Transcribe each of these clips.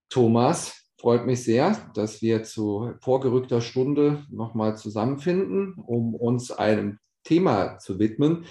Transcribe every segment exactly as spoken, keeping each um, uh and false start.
Thomas, freut mich sehr, dass wir zu vorgerückter Stunde nochmal zusammenfinden, um uns einem Thema zu widmen,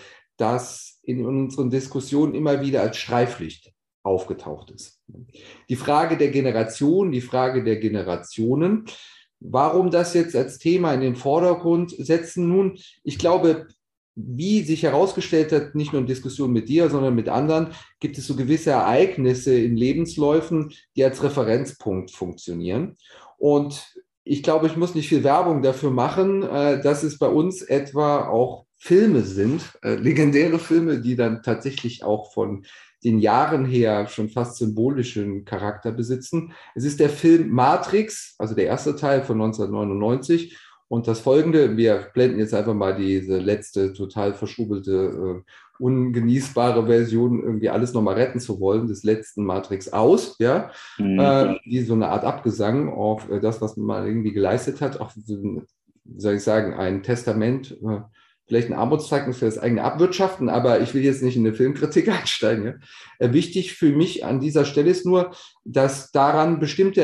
das in unseren Diskussionen immer wieder als Streiflicht aufgetaucht ist. Die Frage der Generation, die Frage der Generationen. Warum das jetzt als Thema in den Vordergrund setzen? Nun, ich glaube, wie sich herausgestellt hat, nicht nur in Diskussionen mit dir, sondern mit anderen, gibt es so gewisse Ereignisse in Lebensläufen, die als Referenzpunkt funktionieren. Und ich glaube, ich muss nicht viel Werbung dafür machen, dass es bei uns etwa auch Filme sind, legendäre Filme, die dann tatsächlich auch von den Jahren her schon fast symbolischen Charakter besitzen. Es ist der Film Matrix, also der erste Teil von neunzehnhundertneunundneunzig. Und das Folgende, wir blenden jetzt einfach mal diese letzte, total verschrubelte, uh, ungenießbare Version, irgendwie alles nochmal retten zu wollen, des letzten Matrix aus, ja, mhm. äh, wie so eine Art Abgesang auf äh, das, was man mal irgendwie geleistet hat, auch, wie soll ich sagen, ein Testament, äh, vielleicht ein Armutszeugnis für das eigene Abwirtschaften, aber ich will jetzt nicht in eine Filmkritik einsteigen. Ja. Äh, wichtig für mich an dieser Stelle ist nur, dass daran bestimmte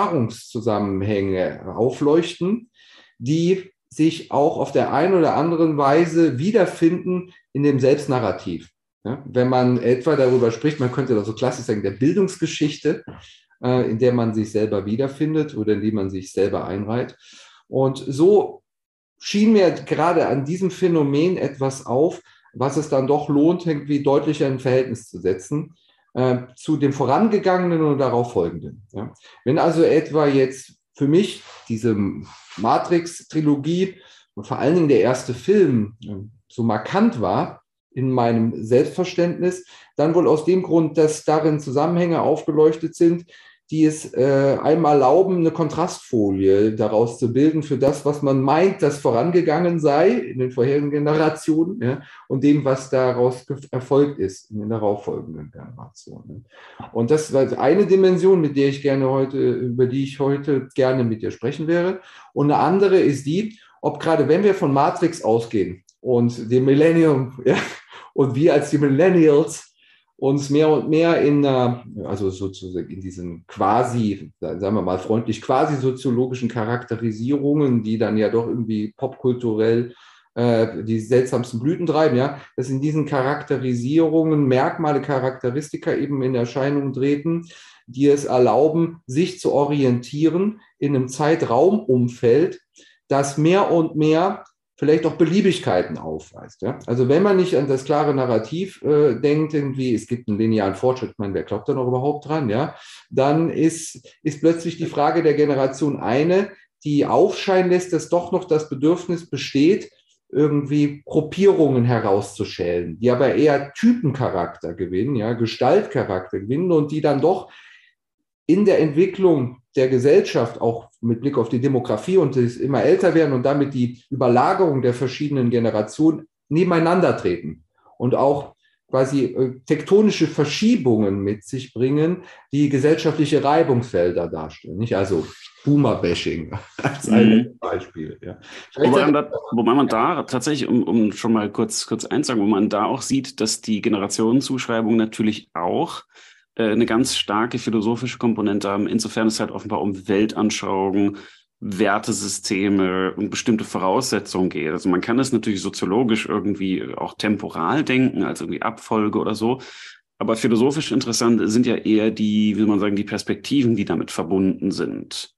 Erfahrungszusammenhänge aufleuchten, die sich auch auf der einen oder anderen Weise wiederfinden in dem Selbstnarrativ. Ja, wenn man etwa darüber spricht, man könnte das so klassisch sagen, der Bildungsgeschichte, äh, in der man sich selber wiederfindet oder in die man sich selber einreiht. Und so schien mir gerade an diesem Phänomen etwas auf, was es dann doch lohnt, irgendwie deutlicher in Verhältnis zu setzen äh, zu dem Vorangegangenen und darauf folgenden. Ja. Wenn also etwa jetzt für mich diese Matrix-Trilogie und vor allen Dingen der erste Film so markant war in meinem Selbstverständnis, dann wohl aus dem Grund, dass darin Zusammenhänge aufgeleuchtet sind, die es äh, einmal erlauben, eine Kontrastfolie daraus zu bilden für das, was man meint, das vorangegangen sei in den vorherigen Generationen, ja, und dem, was daraus erfolgt ist in den darauffolgenden Generationen. Und das war eine Dimension, mit der ich gerne heute, über die ich heute gerne mit dir sprechen wäre. Und eine andere ist die, ob gerade wenn wir von Matrix ausgehen und dem Millennium, ja, und wir als die Millennials uns mehr und mehr in, also sozusagen in diesen quasi, sagen wir mal freundlich, quasi soziologischen Charakterisierungen, die dann ja doch irgendwie popkulturell äh, die seltsamsten Blüten treiben, ja, dass in diesen Charakterisierungen Merkmale, Charakteristika eben in Erscheinung treten, die es erlauben, sich zu orientieren in einem Zeitraumumfeld, das mehr und mehr vielleicht auch Beliebigkeiten aufweist. Ja? Also wenn man nicht an das klare Narrativ äh, denkt, irgendwie, es gibt einen linearen Fortschritt, ich meine, wer glaubt da noch überhaupt dran, ja? Dann ist, ist plötzlich die Frage der Generation eine, die aufscheinen lässt, dass doch noch das Bedürfnis besteht, irgendwie Gruppierungen herauszuschälen, die aber eher Typencharakter gewinnen, ja, Gestaltcharakter gewinnen und die dann doch in der Entwicklung der Gesellschaft, auch mit Blick auf die Demografie und das immer älter werden und damit die Überlagerung der verschiedenen Generationen nebeneinander treten und auch quasi tektonische Verschiebungen mit sich bringen, die gesellschaftliche Reibungsfelder darstellen. Nicht also Boomer-Bashing als ein mhm. Beispiel. Ja. Wobei, man da, wobei man da tatsächlich, um, um schon mal kurz, kurz einzusagen, wo man da auch sieht, dass die Generationenzuschreibung natürlich auch eine ganz starke philosophische Komponente haben, insofern es halt offenbar um Weltanschauungen, Wertesysteme und bestimmte Voraussetzungen geht. Also man kann es natürlich soziologisch irgendwie auch temporal denken, als irgendwie Abfolge oder so, aber philosophisch interessant sind ja eher die, wie man sagen, die Perspektiven, die damit verbunden sind.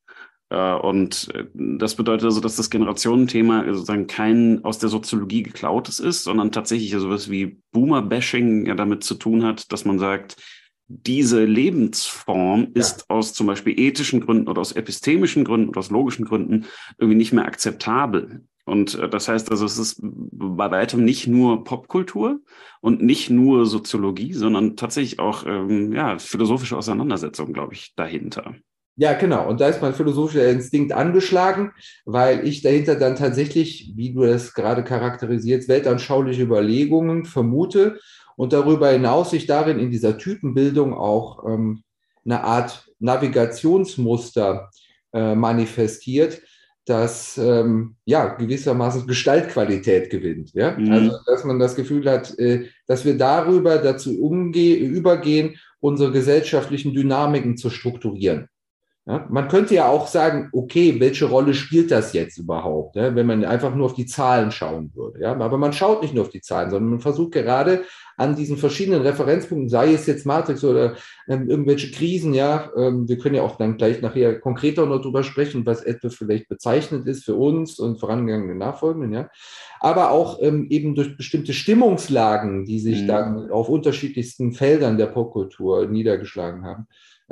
Und das bedeutet also, dass das Generationenthema sozusagen kein aus der Soziologie geklautes ist, sondern tatsächlich sowas wie Boomer-Bashing ja damit zu tun hat, dass man sagt, diese Lebensform ist ja. aus zum Beispiel ethischen Gründen oder aus epistemischen Gründen oder aus logischen Gründen irgendwie nicht mehr akzeptabel. Und äh, das heißt also, es ist bei weitem nicht nur Popkultur und nicht nur Soziologie, sondern tatsächlich auch ähm, ja, philosophische Auseinandersetzungen, glaube ich, dahinter. Ja, genau. Und da ist mein philosophischer Instinkt angeschlagen, weil ich dahinter dann tatsächlich, wie du das gerade charakterisierst, weltanschauliche Überlegungen vermute und darüber hinaus sich darin in dieser Typenbildung auch ähm, eine Art Navigationsmuster äh, manifestiert, das ähm, ja gewissermaßen Gestaltqualität gewinnt. Ja? Mhm. Also, dass man das Gefühl hat, äh, dass wir darüber dazu umge- übergehen, unsere gesellschaftlichen Dynamiken zu strukturieren. Ja, man könnte ja auch sagen, okay, welche Rolle spielt das jetzt überhaupt, ja, wenn man einfach nur auf die Zahlen schauen würde. Ja? Aber man schaut nicht nur auf die Zahlen, sondern man versucht gerade an diesen verschiedenen Referenzpunkten, sei es jetzt Matrix oder ähm, irgendwelche Krisen, ja, ähm, wir können ja auch dann gleich nachher konkreter noch drüber sprechen, was etwa vielleicht bezeichnend ist für uns und vorangegangene Nachfolgenden, ja. Aber auch ähm, eben durch bestimmte Stimmungslagen, die sich mhm. dann auf unterschiedlichsten Feldern der Popkultur niedergeschlagen haben,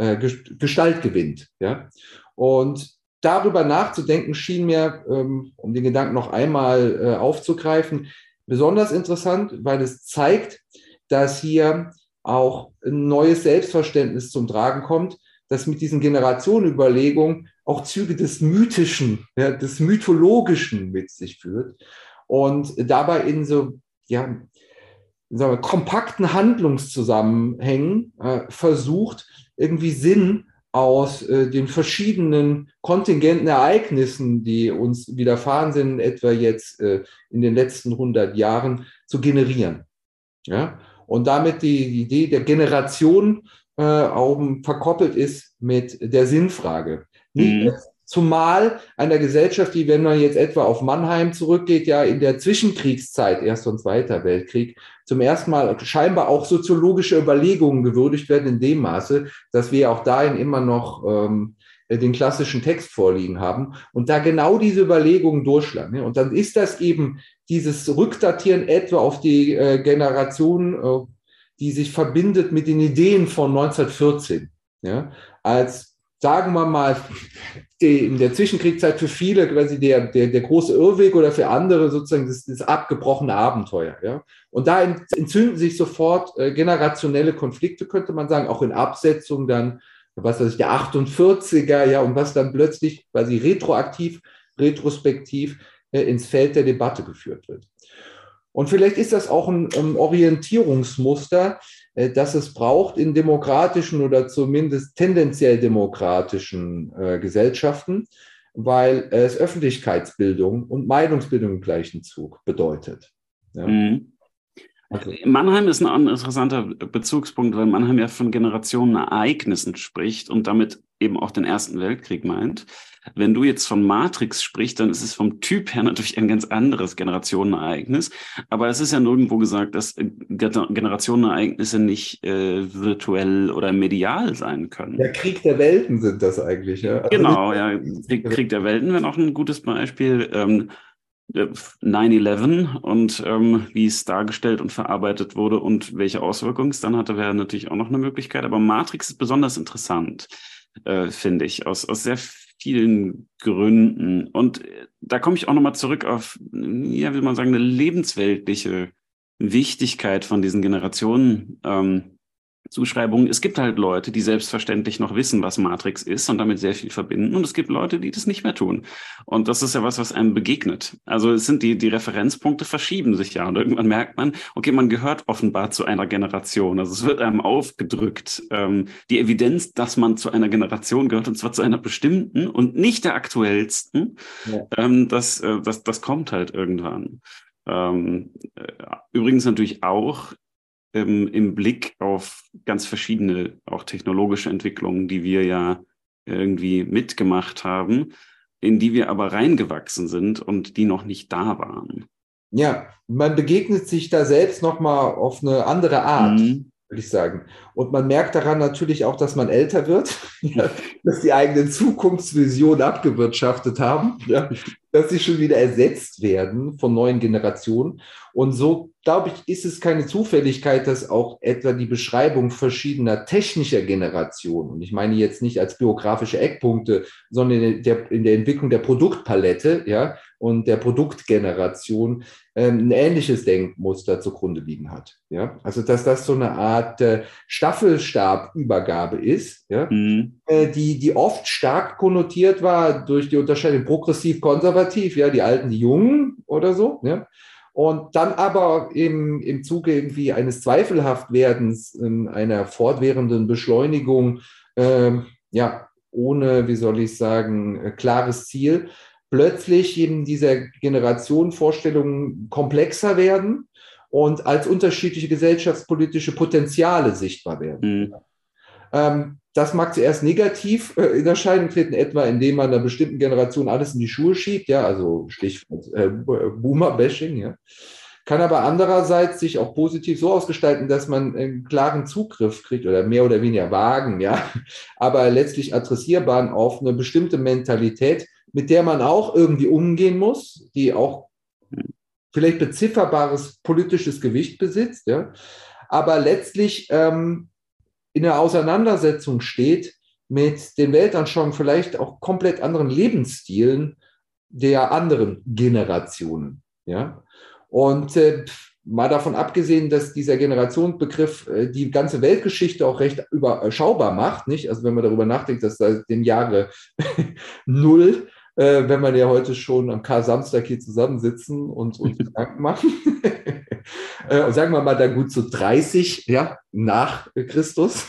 Gestalt gewinnt. Ja? Und darüber nachzudenken schien mir, um den Gedanken noch einmal aufzugreifen, besonders interessant, weil es zeigt, dass hier auch ein neues Selbstverständnis zum Tragen kommt, das mit diesen Generationenüberlegungen auch Züge des Mythischen, ja, des Mythologischen mit sich führt und dabei in so, ja, sagen wir, kompakten Handlungszusammenhängen äh, versucht, irgendwie Sinn aus äh, den verschiedenen kontingenten Ereignissen, die uns widerfahren sind, etwa jetzt äh, in den letzten hundert Jahren, zu generieren. Ja? Und damit die, die Idee der Generation äh, auch verkoppelt ist mit der Sinnfrage. Mhm. Zumal einer Gesellschaft, die, wenn man jetzt etwa auf Mannheim zurückgeht, ja in der Zwischenkriegszeit, Erster und Zweiter Weltkrieg, zum ersten Mal scheinbar auch soziologische Überlegungen gewürdigt werden in dem Maße, dass wir auch dahin immer noch ähm, den klassischen Text vorliegen haben und da genau diese Überlegungen durchschlagen. Und dann ist das eben dieses Rückdatieren etwa auf die äh, Generation, äh, die sich verbindet mit den Ideen von neunzehnhundertvierzehn, ja, als sagen wir mal, die, in der Zwischenkriegszeit für viele quasi der, der, der große Irrweg oder für andere sozusagen das, das abgebrochene Abenteuer. Ja? Und da entzünden sich sofort äh, generationelle Konflikte, könnte man sagen, auch in Absetzung dann, was weiß ich, der achtundvierziger, ja, und was dann plötzlich quasi retroaktiv, retrospektiv äh, ins Feld der Debatte geführt wird. Und vielleicht ist das auch ein, ein Orientierungsmuster, äh, das es braucht in demokratischen oder zumindest tendenziell demokratischen äh, Gesellschaften, weil es Öffentlichkeitsbildung und Meinungsbildung im gleichen Zug bedeutet. Ja? Mhm. Also. Mannheim ist ein interessanter Bezugspunkt, weil Mannheim ja von Generationenereignissen spricht und damit eben auch den Ersten Weltkrieg meint. Wenn du jetzt von Matrix sprichst, dann ist es vom Typ her natürlich ein ganz anderes Generationenereignis. Aber es ist ja nirgendwo gesagt, dass Generationenereignisse nicht äh, virtuell oder medial sein können. Der Krieg der Welten sind das eigentlich. Ja? Also genau, ja. Krieg, Krieg der Welten wäre auch ein gutes Beispiel. Ähm, neun elf und ähm, wie es dargestellt und verarbeitet wurde und welche Auswirkungen es dann hatte, wäre natürlich auch noch eine Möglichkeit. Aber Matrix ist besonders interessant, äh, finde ich, aus, aus sehr vielen Gründen. Und da komme ich auch nochmal zurück auf, ja, wie man sagen, eine lebensweltliche Wichtigkeit von diesen Generationen. Ähm, Zuschreibungen. Es gibt halt Leute, die selbstverständlich noch wissen, was Matrix ist und damit sehr viel verbinden. Und es gibt Leute, die das nicht mehr tun. Und das ist ja was, was einem begegnet. Also es sind die, die Referenzpunkte verschieben sich ja. Und irgendwann merkt man, okay, man gehört offenbar zu einer Generation. Also es wird einem aufgedrückt. Ähm, die Evidenz, dass man zu einer Generation gehört, und zwar zu einer bestimmten und nicht der aktuellsten, ja. ähm, das, äh, das, das kommt halt irgendwann. Ähm, äh, übrigens natürlich auch im Blick auf ganz verschiedene, auch technologische Entwicklungen, die wir ja irgendwie mitgemacht haben, in die wir aber reingewachsen sind und die noch nicht da waren. Ja, man begegnet sich da selbst nochmal auf eine andere Art, mhm. würde ich sagen. Und man merkt daran natürlich auch, dass man älter wird, ja, dass die eigenen Zukunftsvisionen abgewirtschaftet haben, ja, dass sie schon wieder ersetzt werden von neuen Generationen. Und so, glaube ich, ist es keine Zufälligkeit, dass auch etwa die Beschreibung verschiedener technischer Generationen, und ich meine jetzt nicht als biografische Eckpunkte, sondern in der, in der Entwicklung der Produktpalette, ja, und der Produktgeneration ähm, ein ähnliches Denkmuster zugrunde liegen hat. Ja? Also, dass das so eine Art äh, Staffelstabübergabe ist, ja? Mhm. äh, die, die oft stark konnotiert war durch die Unterscheidung progressiv-konservativ, ja, die Alten, die Jungen oder so, ja. Und dann aber im, im Zuge irgendwie eines Zweifelhaftwerdens, in einer fortwährenden Beschleunigung, ähm, ja, ohne, wie soll ich sagen, äh, klares Ziel, plötzlich eben dieser Generation Vorstellungen komplexer werden und als unterschiedliche gesellschaftspolitische Potenziale sichtbar werden. Mhm. Ähm, das mag zuerst negativ äh, in Erscheinung treten, etwa indem man einer bestimmten Generation alles in die Schuhe schiebt, ja, also Stichwort äh, Boomer-Bashing, ja. Kann aber andererseits sich auch positiv so ausgestalten, dass man einen klaren Zugriff kriegt oder mehr oder weniger vagen, ja, aber letztlich adressierbaren auf eine bestimmte Mentalität, mit der man auch irgendwie umgehen muss, die auch vielleicht bezifferbares politisches Gewicht besitzt, ja, aber letztlich ähm, in der Auseinandersetzung steht mit den Weltanschauungen, vielleicht auch komplett anderen Lebensstilen der anderen Generationen, ja. Und äh, mal davon abgesehen, dass dieser Generationsbegriff äh, die ganze Weltgeschichte auch recht überschaubar macht, nicht? Also wenn man darüber nachdenkt, dass seit dem Jahre Null, äh, wenn man ja heute schon am Kar-Samstag hier zusammensitzen und uns Gedanken machen, äh, sagen wir mal dann gut so dreißig, ja, nach Christus,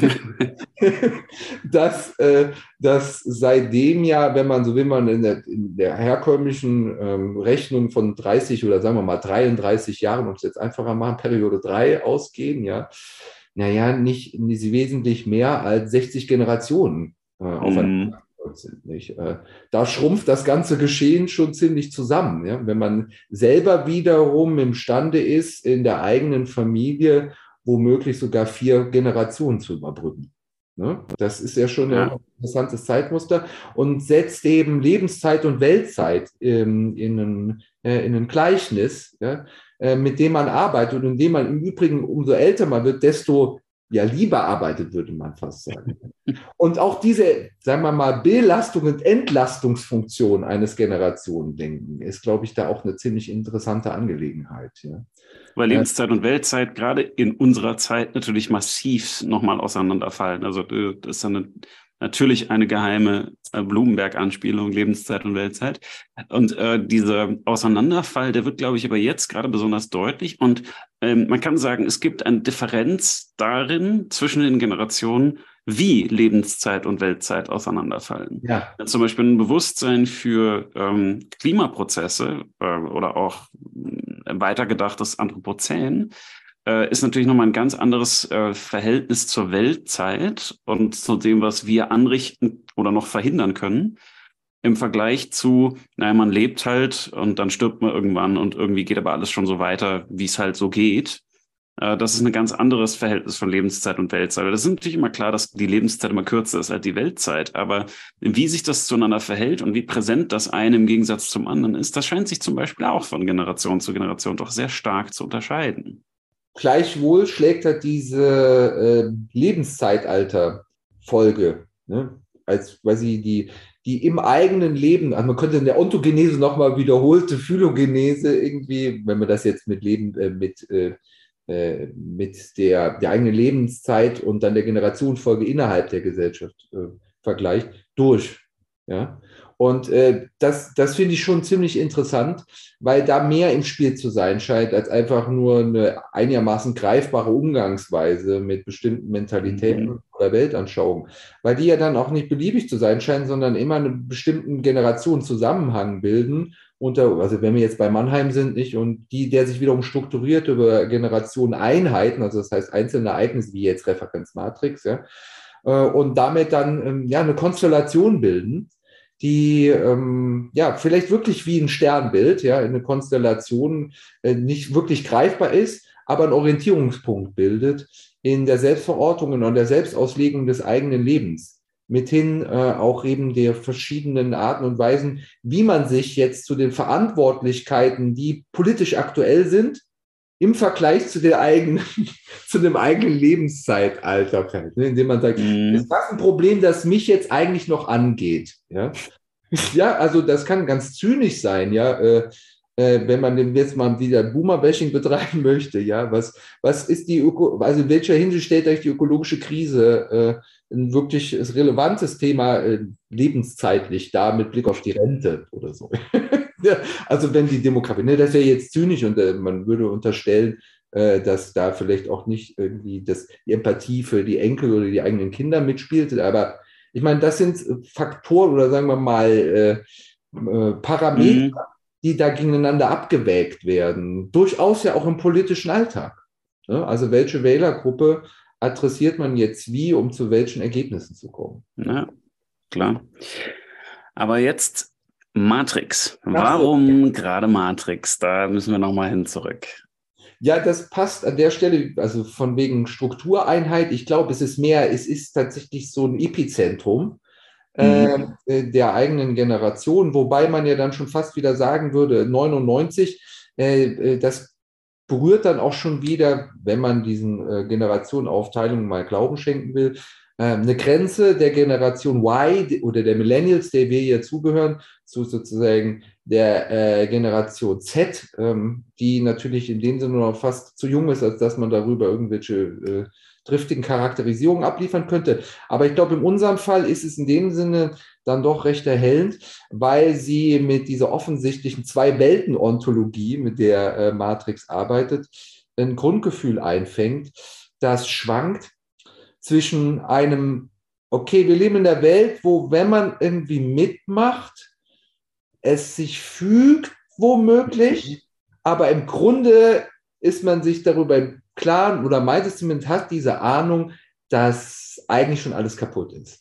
dass, äh, dass seitdem ja, wenn man so will, man in der, in der herkömmlichen ähm, Rechnung von dreißig oder sagen wir mal dreiunddreißig Jahren, um es jetzt einfacher machen, Periode drei ausgehen, ja, naja, nicht, nicht wesentlich mehr als sechzig Generationen äh, aufeinander sind. Nicht? Äh, da schrumpft das ganze Geschehen schon ziemlich zusammen. Ja? Wenn man selber wiederum imstande ist, in der eigenen Familie womöglich sogar vier Generationen zu überbrücken. Ne? Das ist ja schon ja. ein interessantes Zeitmuster und setzt eben Lebenszeit und Weltzeit ähm, in, ein, äh, in ein Gleichnis, ja? äh, mit dem man arbeitet und in dem man im Übrigen, umso älter man wird, desto ja, lieber arbeitet, würde man fast sagen. Und auch diese, sagen wir mal, Belastung und Entlastungsfunktion eines Generationendenken ist, glaube ich, da auch eine ziemlich interessante Angelegenheit. Ja. Weil Lebenszeit und Weltzeit gerade in unserer Zeit natürlich massiv nochmal auseinanderfallen. Also das ist eine, natürlich eine geheime Blumenberg-Anspielung, Lebenszeit und Weltzeit. Und äh, dieser Auseinanderfall, der wird, glaube ich, aber jetzt gerade besonders deutlich. Und ähm, man kann sagen, es gibt eine Differenz darin zwischen den Generationen, wie Lebenszeit und Weltzeit auseinanderfallen. Ja. Zum Beispiel ein Bewusstsein für ähm, Klimaprozesse äh, oder auch äh, weitergedachtes Anthropozän äh, ist natürlich nochmal ein ganz anderes äh, Verhältnis zur Weltzeit und zu dem, was wir anrichten oder noch verhindern können, im Vergleich zu, naja, man lebt halt und dann stirbt man irgendwann und irgendwie geht aber alles schon so weiter, wie es halt so geht. Das ist ein ganz anderes Verhältnis von Lebenszeit und Weltzeit. Das ist natürlich immer klar, dass die Lebenszeit immer kürzer ist als die Weltzeit. Aber wie sich das zueinander verhält und wie präsent das eine im Gegensatz zum anderen ist, das scheint sich zum Beispiel auch von Generation zu Generation doch sehr stark zu unterscheiden. Gleichwohl schlägt halt diese äh, Lebenszeitalter-Folge, ne? Als quasi die, die im eigenen Leben, also man könnte in der Ontogenese nochmal wiederholte Phylogenese irgendwie, wenn man das jetzt mit Leben, äh, mit äh, mit der, der eigenen Lebenszeit und dann der Generationenfolge innerhalb der Gesellschaft äh, vergleicht, durch. Ja? Und äh, das, das finde ich schon ziemlich interessant, weil da mehr im Spiel zu sein scheint, als einfach nur eine einigermaßen greifbare Umgangsweise mit bestimmten Mentalitäten mhm. oder Weltanschauungen, weil die ja dann auch nicht beliebig zu sein scheinen, sondern immer einen bestimmten Generationenzusammenhang bilden. Unter, also wenn wir jetzt bei Mannheim sind, nicht, und die, der sich wiederum strukturiert über Generationen Einheiten, also das heißt einzelne Ereignisse, wie jetzt Referenzmatrix, ja, und damit dann ja eine Konstellation bilden, die ähm, ja vielleicht wirklich wie ein Sternbild, ja, eine Konstellation äh, nicht wirklich greifbar ist, aber einen Orientierungspunkt bildet in der Selbstverortung und der Selbstauslegung des eigenen Lebens. Mithin äh, auch eben der verschiedenen Arten und Weisen, wie man sich jetzt zu den Verantwortlichkeiten, die politisch aktuell sind, im Vergleich zu der eigenen, zu dem eigenen Lebenszeitalter fällt, ne? Indem man sagt, mm. ist das ein Problem, das mich jetzt eigentlich noch angeht? Ja, ja, also das kann ganz zynisch sein, ja, äh, äh, wenn man jetzt mal wieder Boomer-Bashing betreiben möchte, ja, was, was ist die, Öko, also in welcher Hinsicht stellt euch die ökologische Krise äh, ein wirklich relevantes Thema äh, lebenszeitlich dar mit Blick auf die Rente oder so? Ja, also wenn die Demografie, ne, das wäre jetzt zynisch und äh, man würde unterstellen, äh, dass da vielleicht auch nicht irgendwie das, die Empathie für die Enkel oder die eigenen Kinder mitspielt, aber ich meine, das sind Faktoren oder sagen wir mal äh, äh, Parameter, mhm. die da gegeneinander abgewägt werden, durchaus ja auch im politischen Alltag. Ne? Also welche Wählergruppe adressiert man jetzt wie, um zu welchen Ergebnissen zu kommen. Ja, klar. Aber jetzt Matrix. Warum gerade Matrix? Da müssen wir nochmal hin zurück. Ja, das passt an der Stelle, also von wegen Struktureinheit. Ich glaube, es ist mehr, es ist tatsächlich so ein Epizentrum mhm. äh, der eigenen Generation, wobei man ja dann schon fast wieder sagen würde, neunundneunzig, äh, das berührt dann auch schon wieder, wenn man diesen äh, Generationenaufteilungen mal Glauben schenken will, äh, eine Grenze der Generation Y oder der Millennials, der wir hier zugehören, zu sozusagen der äh, Generation Z, ähm, die natürlich in dem Sinne noch fast zu jung ist, als dass man darüber irgendwelche äh, driftigen Charakterisierungen abliefern könnte. Aber ich glaube, in unserem Fall ist es in dem Sinne dann doch recht erhellend, weil sie mit dieser offensichtlichen Zwei-Welten-Ontologie, mit der äh, Matrix arbeitet, ein Grundgefühl einfängt, das schwankt zwischen einem, okay, wir leben in der Welt, wo, wenn man irgendwie mitmacht, es sich fügt, womöglich, aber im Grunde ist man sich darüber im Klaren, oder meint es zumindest, hat diese Ahnung, dass eigentlich schon alles kaputt ist.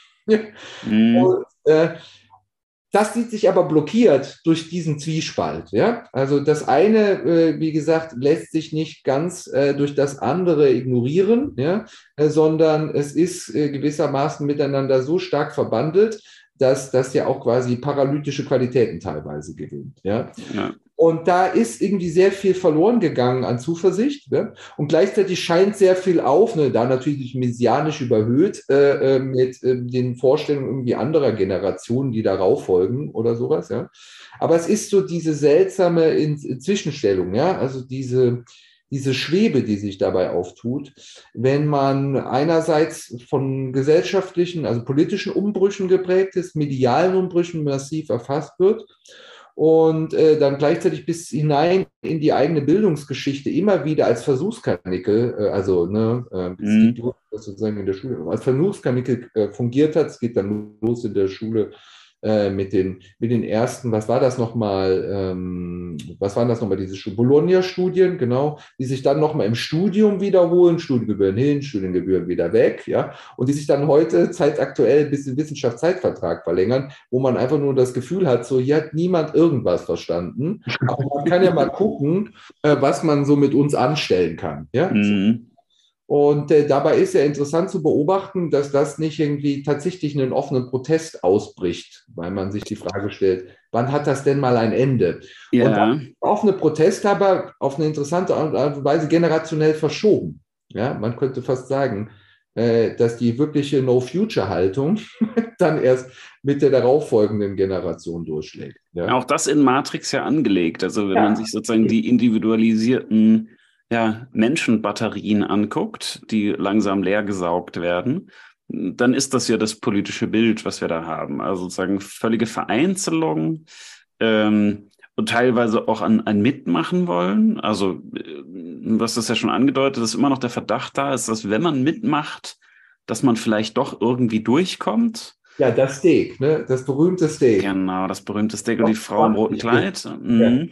mhm. Und, äh, das sieht sich aber blockiert durch diesen Zwiespalt. Ja? Also das eine, äh, wie gesagt, lässt sich nicht ganz äh, durch das andere ignorieren, ja? äh, sondern es ist äh, gewissermaßen miteinander so stark verbandelt, dass das ja auch quasi paralytische Qualitäten teilweise gewinnt. Ja? Ja. Und da ist irgendwie sehr viel verloren gegangen an Zuversicht. Ne? Und gleichzeitig scheint sehr viel auf, ne? Da natürlich messianisch überhöht, äh, mit äh, den Vorstellungen irgendwie anderer Generationen, die darauf folgen oder sowas. Ja? Aber es ist so diese seltsame In- Zwischenstellung, ja, also diese, diese Schwebe, die sich dabei auftut, wenn man einerseits von gesellschaftlichen, also politischen Umbrüchen geprägt ist, medialen Umbrüchen massiv erfasst wird und äh, dann gleichzeitig bis hinein in die eigene Bildungsgeschichte immer wieder als Versuchskanickel, äh, also ne, äh, mhm. geht sozusagen in der Schule, als Versuchskanickel äh, fungiert hat. Es geht dann los in der Schule äh, mit den, mit den ersten, was war das nochmal, ähm, was waren das nochmal, diese Bologna-Studien, genau, die sich dann nochmal im Studium wiederholen, Studiengebühren hin, Studiengebühren wieder weg, ja, und die sich dann heute zeitaktuell bis in Wissenschaftszeitvertrag verlängern, wo man einfach nur das Gefühl hat, so hier hat niemand irgendwas verstanden, aber man kann ja mal gucken, äh, was man so mit uns anstellen kann, ja. Mhm. Und äh, dabei ist ja interessant zu beobachten, dass das nicht irgendwie tatsächlich einen offenen Protest ausbricht, weil man sich die Frage stellt, wann hat das denn mal ein Ende? Ja. Und der offene Protest aber auf eine interessante Art und Weise generationell verschoben. Ja, man könnte fast sagen, äh, dass die wirkliche No-Future-Haltung dann erst mit der darauffolgenden Generation durchschlägt. Ja? Auch das in Matrix ja angelegt. Also wenn ja. man sich sozusagen die individualisierten ja, Menschenbatterien anguckt, die langsam leer gesaugt werden, dann ist das ja das politische Bild, was wir da haben. Also sozusagen völlige Vereinzelung ähm, und teilweise auch an, an Mitmachen wollen. Also was das ja schon angedeutet, dass immer noch der Verdacht da ist, dass wenn man mitmacht, dass man vielleicht doch irgendwie durchkommt. Ja, das Steak, ne? Das berühmte Steak. Genau, das berühmte Steak und die Frau im roten Kleid. Mhm. Ja.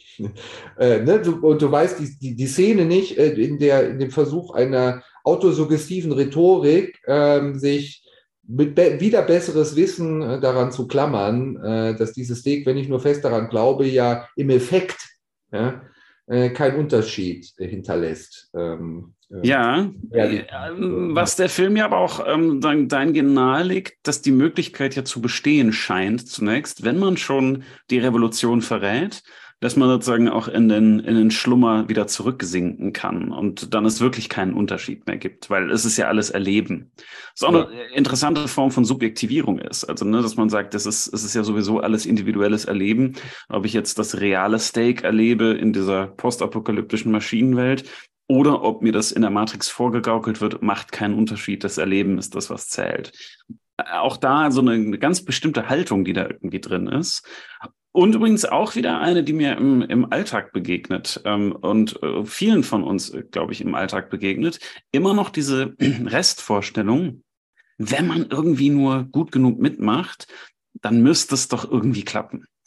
Äh, ne, du, und du weißt die, die, die Szene nicht äh, in, der, in dem Versuch einer autosuggestiven Rhetorik, ähm, sich mit be- wieder besseres Wissen äh, daran zu klammern, äh, dass dieses Steak, wenn ich nur fest daran glaube, ja im Effekt ja, äh, keinen Unterschied äh, hinterlässt. Ähm, äh, ja, äh, was der Film ja aber auch ähm, dahingehend nahelegt, dass die Möglichkeit ja zu bestehen scheint zunächst, wenn man schon die Revolution verrät, dass man sozusagen auch in den, in den Schlummer wieder zurücksinken kann und dann es wirklich keinen Unterschied mehr gibt, weil es ist ja alles Erleben. Was auch ja. eine interessante Form von Subjektivierung ist. Also, ne, dass man sagt, das ist, es ist ja sowieso alles individuelles Erleben. Ob ich jetzt das reale Steak erlebe in dieser postapokalyptischen Maschinenwelt oder ob mir das in der Matrix vorgegaukelt wird, macht keinen Unterschied. Das Erleben ist das, was zählt. Auch da so eine, eine ganz bestimmte Haltung, die da irgendwie drin ist. Und übrigens auch wieder eine, die mir im, im Alltag begegnet ähm, und äh, vielen von uns, äh, glaube ich, im Alltag begegnet. Immer noch diese Restvorstellung, wenn man irgendwie nur gut genug mitmacht, dann müsste es doch irgendwie klappen.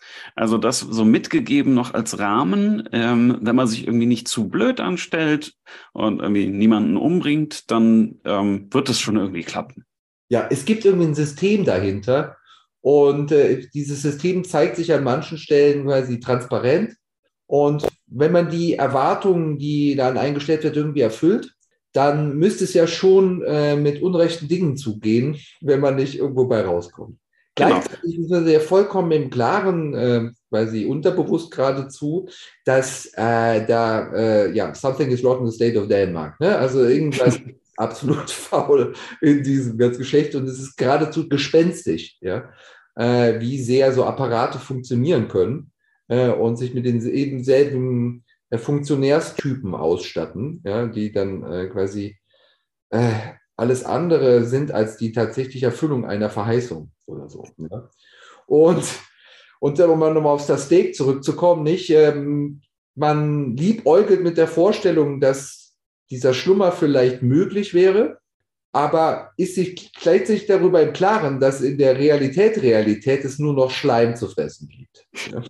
Also das so mitgegeben noch als Rahmen, ähm, wenn man sich irgendwie nicht zu blöd anstellt und irgendwie niemanden umbringt, dann ähm, wird es schon irgendwie klappen. Ja, es gibt irgendwie ein System dahinter und äh, dieses System zeigt sich an manchen Stellen quasi transparent. Und wenn man die Erwartungen, die dann eingestellt wird, irgendwie erfüllt, dann müsste es ja schon äh, mit unrechten Dingen zugehen, wenn man nicht irgendwo bei rauskommt. Genau. Gleichzeitig ist man ja vollkommen im Klaren, äh, weil sie unterbewusst geradezu, dass äh, da, äh, ja, something is wrong in the state of Denmark. Ne? Also irgendwas absolut faul in diesem ganzen Geschlecht und es ist geradezu gespenstisch, ja, äh, wie sehr so Apparate funktionieren können äh, und sich mit den eben selben äh, Funktionärstypen ausstatten, ja, die dann äh, quasi äh, alles andere sind als die tatsächliche Erfüllung einer Verheißung oder so. Ja. Und, und um mal nochmal auf das Steak zurückzukommen, nicht, ähm, man liebäugelt mit der Vorstellung, dass dieser Schlummer vielleicht möglich wäre, aber ist sich gleichzeitig darüber im Klaren, dass in der Realität Realität es nur noch Schleim zu fressen gibt. Ja.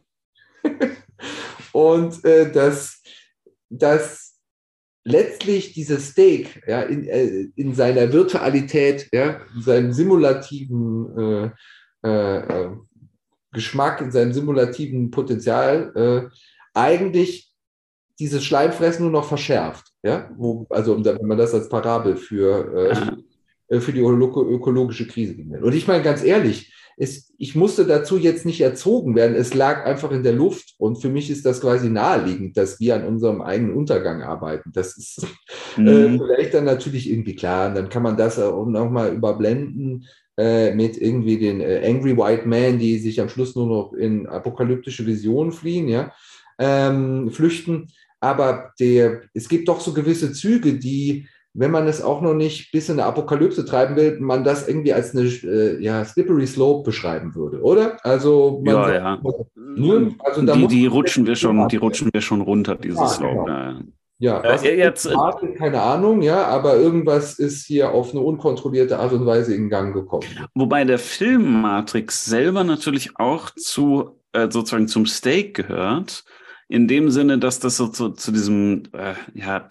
Und äh, dass, dass letztlich dieses Steak ja, in, äh, in seiner Virtualität, ja, in seinem simulativen äh, äh, Geschmack, in seinem simulativen Potenzial äh, eigentlich dieses Schleimfressen nur noch verschärft. Ja? Wo, also wenn man das als Parabel für, äh, für die ökologische Krise nennt. Und ich meine ganz ehrlich, es, ich musste dazu jetzt nicht erzogen werden, es lag einfach in der Luft und für mich ist das quasi naheliegend, dass wir an unserem eigenen Untergang arbeiten. Das ist mhm. äh, vielleicht dann natürlich irgendwie klar und dann kann man das auch nochmal überblenden äh, mit irgendwie den äh, Angry White Man, die sich am Schluss nur noch in apokalyptische Visionen fliehen, ja, ähm, flüchten. Aber der, es gibt doch so gewisse Züge, die, wenn man es auch noch nicht bis in eine Apokalypse treiben will, man das irgendwie als eine äh, ja, slippery slope beschreiben würde, oder? Also man ja, sagt, ja. Nur, also da die, muss die rutschen wir schon, die rutschen wir schon runter, dieses ja, Slope. genau. Ja, was äh, jetzt, ist, keine Ahnung, ja, aber irgendwas ist hier auf eine unkontrollierte Art und Weise in Gang gekommen. Wobei der Film Matrix selber natürlich auch zu äh, sozusagen zum Steak gehört, in dem Sinne, dass das so zu, zu diesem äh, ja,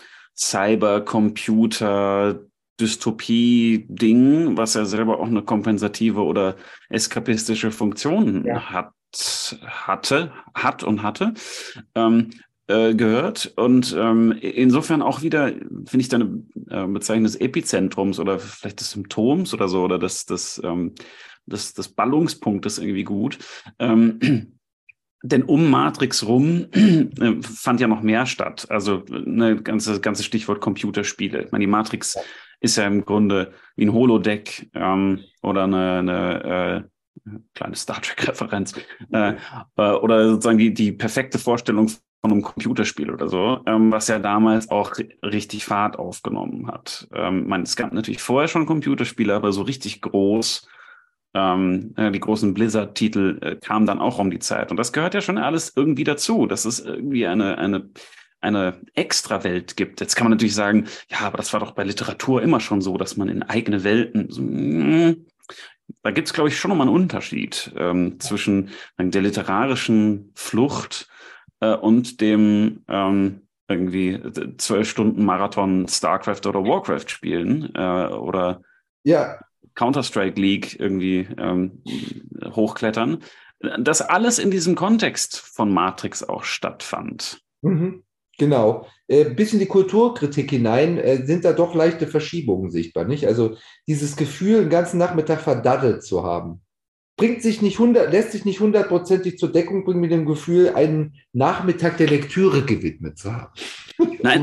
Cyber-Computer Dystopie-Ding, was ja selber auch eine kompensative oder eskapistische Funktion ja. hat, hatte, hat und hatte, ähm, äh, gehört. Und ähm, insofern auch wieder, finde ich, eine äh, Bezeichnung des Epizentrums oder vielleicht des Symptoms oder so, oder des, des, ähm, des, des Ballungspunktes irgendwie gut. Ähm, Denn um Matrix rum äh, fand ja noch mehr statt. Also eine ganze, ganze Stichwort Computerspiele. Ich meine, die Matrix ja. ist ja im Grunde wie ein Holodeck ähm, oder eine, eine äh, kleine Star Trek-Referenz äh, äh, oder sozusagen die, die perfekte Vorstellung von einem Computerspiel oder so, ähm, was ja damals auch richtig Fahrt aufgenommen hat. Ähm, ich meine, es gab natürlich vorher schon Computerspiele, aber so richtig groß. Ähm, die großen Blizzard-Titel äh, kamen dann auch um die Zeit. Und das gehört ja schon alles irgendwie dazu, dass es irgendwie eine, eine, eine Extrawelt gibt. Jetzt kann man natürlich sagen, ja, aber das war doch bei Literatur immer schon so, dass man in eigene Welten... So, mh, da gibt es, glaube ich, schon nochmal einen Unterschied ähm, zwischen der literarischen Flucht äh, und dem ähm, irgendwie zwölf Stunden Marathon StarCraft oder Warcraft spielen äh, oder... Ja. Counter-Strike League irgendwie ähm, hochklettern. Das alles in diesem Kontext von Matrix auch stattfand. Mhm, genau. Äh, bis in die Kulturkritik hinein äh, sind da doch leichte Verschiebungen sichtbar, nicht? Also dieses Gefühl, den ganzen Nachmittag verdaddelt zu haben, bringt sich nicht hundert, lässt sich nicht hundertprozentig zur Deckung bringen mit dem Gefühl, einen Nachmittag der Lektüre gewidmet zu haben. Nein.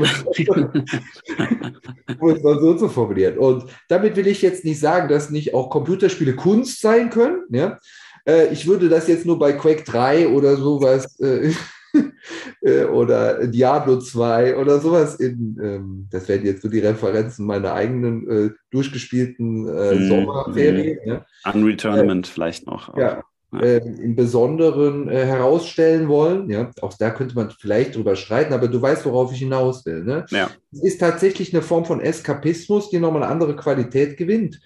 Um es mal so zu formulieren. Und damit will ich jetzt nicht sagen, dass nicht auch Computerspiele Kunst sein können. Ja? Äh, ich würde das jetzt nur bei Quake drei oder sowas äh, oder Diablo zwei oder sowas in, ähm, das werden jetzt so die Referenzen meiner eigenen äh, durchgespielten äh, mm, Sommerferien. Mm. Ja? Unreal Tournament äh, vielleicht noch. Auch. Ja. Äh, im Besonderen äh, herausstellen wollen. Ja, auch da könnte man vielleicht drüber streiten, aber du weißt, worauf ich hinaus will. Ne? Ja. Es ist tatsächlich eine Form von Eskapismus, die nochmal eine andere Qualität gewinnt.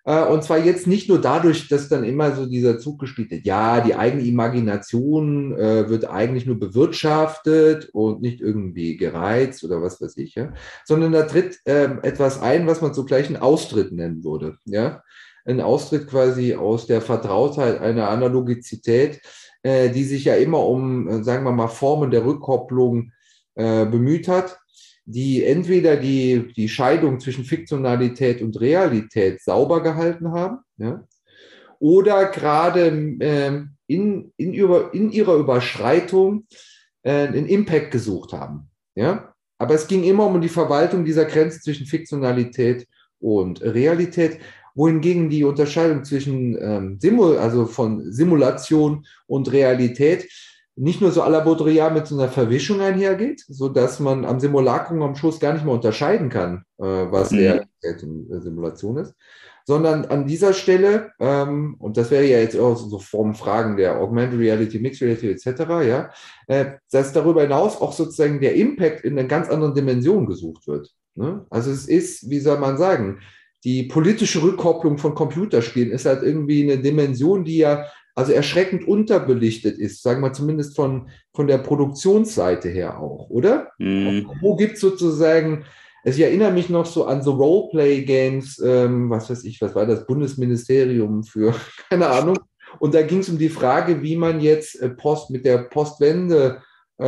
Und zwar jetzt nicht nur dadurch, dass dann immer so dieser Zug gespielt wird, ja, die eigene Imagination äh, wird eigentlich nur bewirtschaftet und nicht irgendwie gereizt oder was weiß ich, ja, sondern da tritt äh, etwas ein, was man zugleich einen Austritt nennen würde, ja, ein Austritt quasi aus der Vertrautheit einer Analogizität, äh, die sich ja immer um, äh, sagen wir mal, Formen der Rückkopplung äh, bemüht hat, die entweder die, die Scheidung zwischen Fiktionalität und Realität sauber gehalten haben, ja, oder gerade äh, in, in, über, in ihrer Überschreitung äh, einen Impact gesucht haben. Ja? Aber es ging immer um die Verwaltung dieser Grenze zwischen Fiktionalität und Realität, wohingegen die Unterscheidung zwischen ähm, Simul, also von Simulation und Realität nicht nur so à la Baudrillard mit so einer Verwischung einhergeht, sodass man am Simulacrum am Schluss gar nicht mehr unterscheiden kann, äh, was mhm. Realität und äh, Simulation ist, sondern an dieser Stelle, ähm, und das wäre ja jetzt auch so Formen Fragen der Augmented Reality, Mixed Reality et cetera, ja, äh, dass darüber hinaus auch sozusagen der Impact in einer ganz anderen Dimension gesucht wird. Ne? Also es ist, wie soll man sagen, die politische Rückkopplung von Computerspielen ist halt irgendwie eine Dimension, die ja also erschreckend unterbelichtet ist, sagen wir zumindest von, von der Produktionsseite her auch, oder? Mm. Wo gibt es sozusagen, also ich erinnere mich noch so an so Roleplay-Games, ähm, was weiß ich, was war das, Bundesministerium für, keine Ahnung, und da ging es um die Frage, wie man jetzt äh, Post mit der Postwende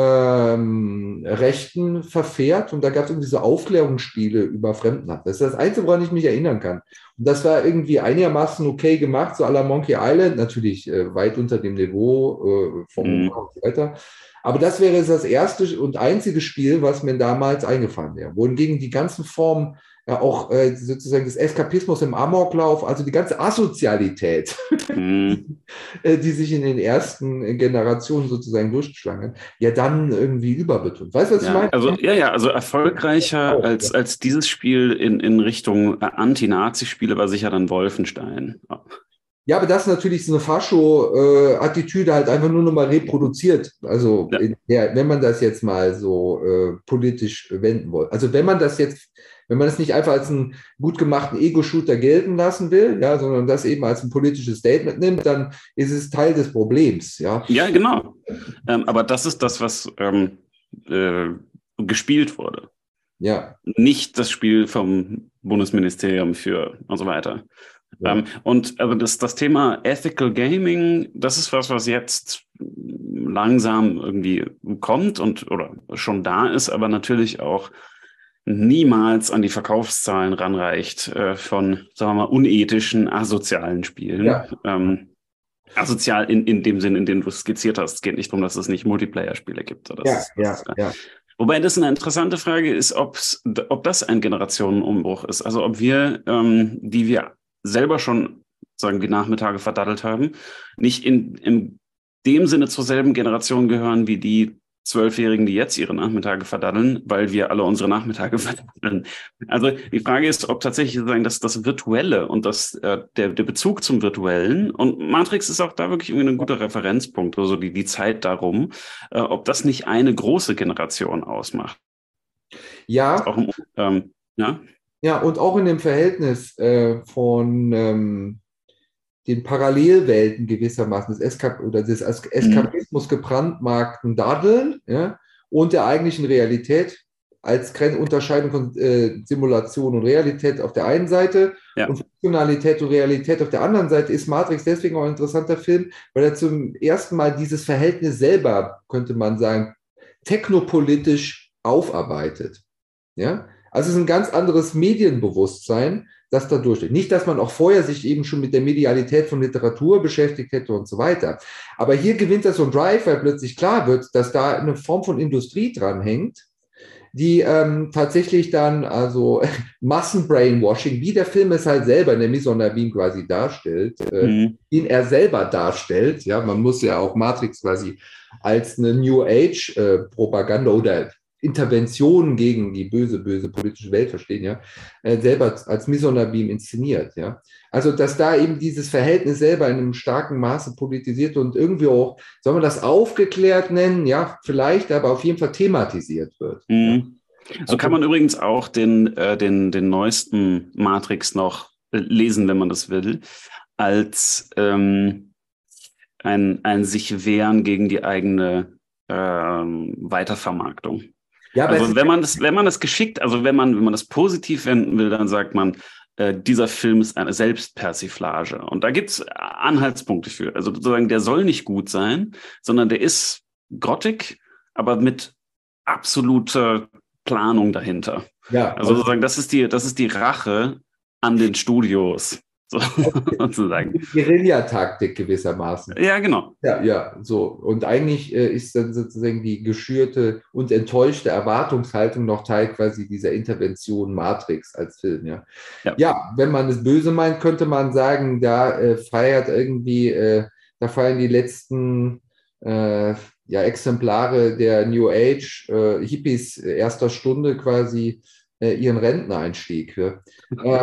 ähm, Rechten verfährt, und da gab es irgendwie so Aufklärungsspiele über Fremdenhaft. Das ist das Einzige, woran ich mich erinnern kann. Und das war irgendwie einigermaßen okay gemacht, so à la Monkey Island, natürlich äh, weit unter dem Niveau äh, vom mm. und so weiter. Aber das wäre das erste und einzige Spiel, was mir damals eingefallen wäre. Wohingegen die ganzen Formen äh, auch äh, sozusagen des Eskapismus im Amoklauf, also die ganze Asozialität, mm. die sich in den ersten Generationen sozusagen durchgeschlagen hat, ja dann irgendwie überbetont. Weißt du, was ja, ich meine? Also, ja, ja, also erfolgreicher auch, als, ja. als dieses Spiel in, in Richtung Anti-Nazi-Spiele war sicher dann Wolfenstein. Ja. Ja, aber das ist natürlich so eine Fascho-Attitüde halt einfach nur noch mal reproduziert. Also, ja. in der, wenn man das jetzt mal so äh, politisch wenden will. Also, wenn man das jetzt, wenn man das nicht einfach als einen gut gemachten Ego-Shooter gelten lassen will, ja, sondern das eben als ein politisches Statement nimmt, dann ist es Teil des Problems. Ja, ja genau. Ähm, aber das ist das, was ähm, äh, gespielt wurde. Ja. Nicht das Spiel vom Bundesministerium für und so weiter. Ja. Ähm, und also das, das Thema Ethical Gaming, das ist was, was jetzt langsam irgendwie kommt und oder schon da ist, aber natürlich auch niemals an die Verkaufszahlen ranreicht äh, von, sagen wir mal, unethischen, asozialen Spielen. Ja. Ähm, asozial in, in dem Sinn, in dem du es skizziert hast. Es geht nicht darum, dass es nicht Multiplayer-Spiele gibt. Das ja, ist, ja, ist, ja. Wobei das eine interessante Frage ist, ob's, ob das ein Generationenumbruch ist. Also ob wir, ähm, die wir selber schon, sagen die Nachmittage verdattelt haben, nicht in, in dem Sinne zur selben Generation gehören wie die Zwölfjährigen, die jetzt ihre Nachmittage verdaddeln, weil wir alle unsere Nachmittage verdaddeln. Also die Frage ist, ob tatsächlich sozusagen das, das Virtuelle und das, äh, der, der Bezug zum Virtuellen, und Matrix ist auch da wirklich irgendwie ein guter Referenzpunkt, also die, die Zeit darum, äh, ob das nicht eine große Generation ausmacht. Ja. Auch im, ähm, ja. Ja, und auch in dem Verhältnis äh, von ähm, den Parallelwelten gewissermaßen, des, Eskap oder des Eskapismus gebrandmarkten Daddeln, ja, und der eigentlichen Realität als Unterscheidung von äh, Simulation und Realität auf der einen Seite, ja, und Funktionalität und Realität auf der anderen Seite, ist Matrix deswegen auch ein interessanter Film, weil er zum ersten Mal dieses Verhältnis selber, könnte man sagen, technopolitisch aufarbeitet. Ja? Also es ist ein ganz anderes Medienbewusstsein, das da durchsteht. Nicht, dass man auch vorher sich eben schon mit der Medialität von Literatur beschäftigt hätte und so weiter. Aber hier gewinnt das so ein Drive, weil plötzlich klar wird, dass da eine Form von Industrie dranhängt, die ähm, tatsächlich dann also Massenbrainwashing, wie der Film es halt selber in der Mise en Abîme quasi darstellt, äh, mhm. ihn er selber darstellt. Ja, man muss ja auch Matrix quasi als eine New Age äh, Propaganda oder Interventionen gegen die böse, böse politische Welt verstehen, ja, äh, selber als Mise en Abîme inszeniert, ja. Also, dass da eben dieses Verhältnis selber in einem starken Maße politisiert und irgendwie auch, soll man das aufgeklärt nennen? Ja, vielleicht, aber auf jeden Fall thematisiert wird. Mhm. Ja. So kann man übrigens auch den, äh, den, den neuesten Matrix noch äh, lesen, wenn man das will, als ähm, ein, ein sich wehren gegen die eigene ähm, Weitervermarktung. Ja, aber es Also ist wenn man das, wenn man das geschickt, also wenn man, wenn man das positiv wenden will, dann sagt man, äh, dieser Film ist eine Selbstpersiflage. Und da gibt's Anhaltspunkte für. Also sozusagen, der soll nicht gut sein, sondern der ist grottig, aber mit absoluter Planung dahinter. ja, Also also sozusagen, das ist die, das ist die Rache an den Studios, so, sozusagen. Guerillataktik gewissermaßen. Ja, genau. Ja, ja, so. Und eigentlich äh, ist dann sozusagen die geschürte und enttäuschte Erwartungshaltung noch Teil quasi dieser Intervention Matrix als Film, ja. Ja. Ja, wenn man es böse meint, könnte man sagen, da äh, feiert irgendwie, äh, da feiern die letzten äh, ja, Exemplare der New Age äh, Hippies erster Stunde quasi äh, ihren Renteneinstieg. Ja. Äh,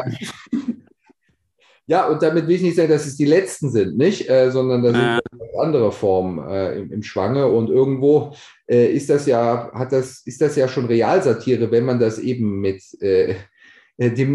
Ja, und damit will ich nicht sagen, dass es die letzten sind, nicht? Äh, sondern da sind Äh, andere Formen äh, im, im Schwange. Und irgendwo äh, ist das ja, hat das, ist das ja schon Realsatire, wenn man das eben mit äh, dem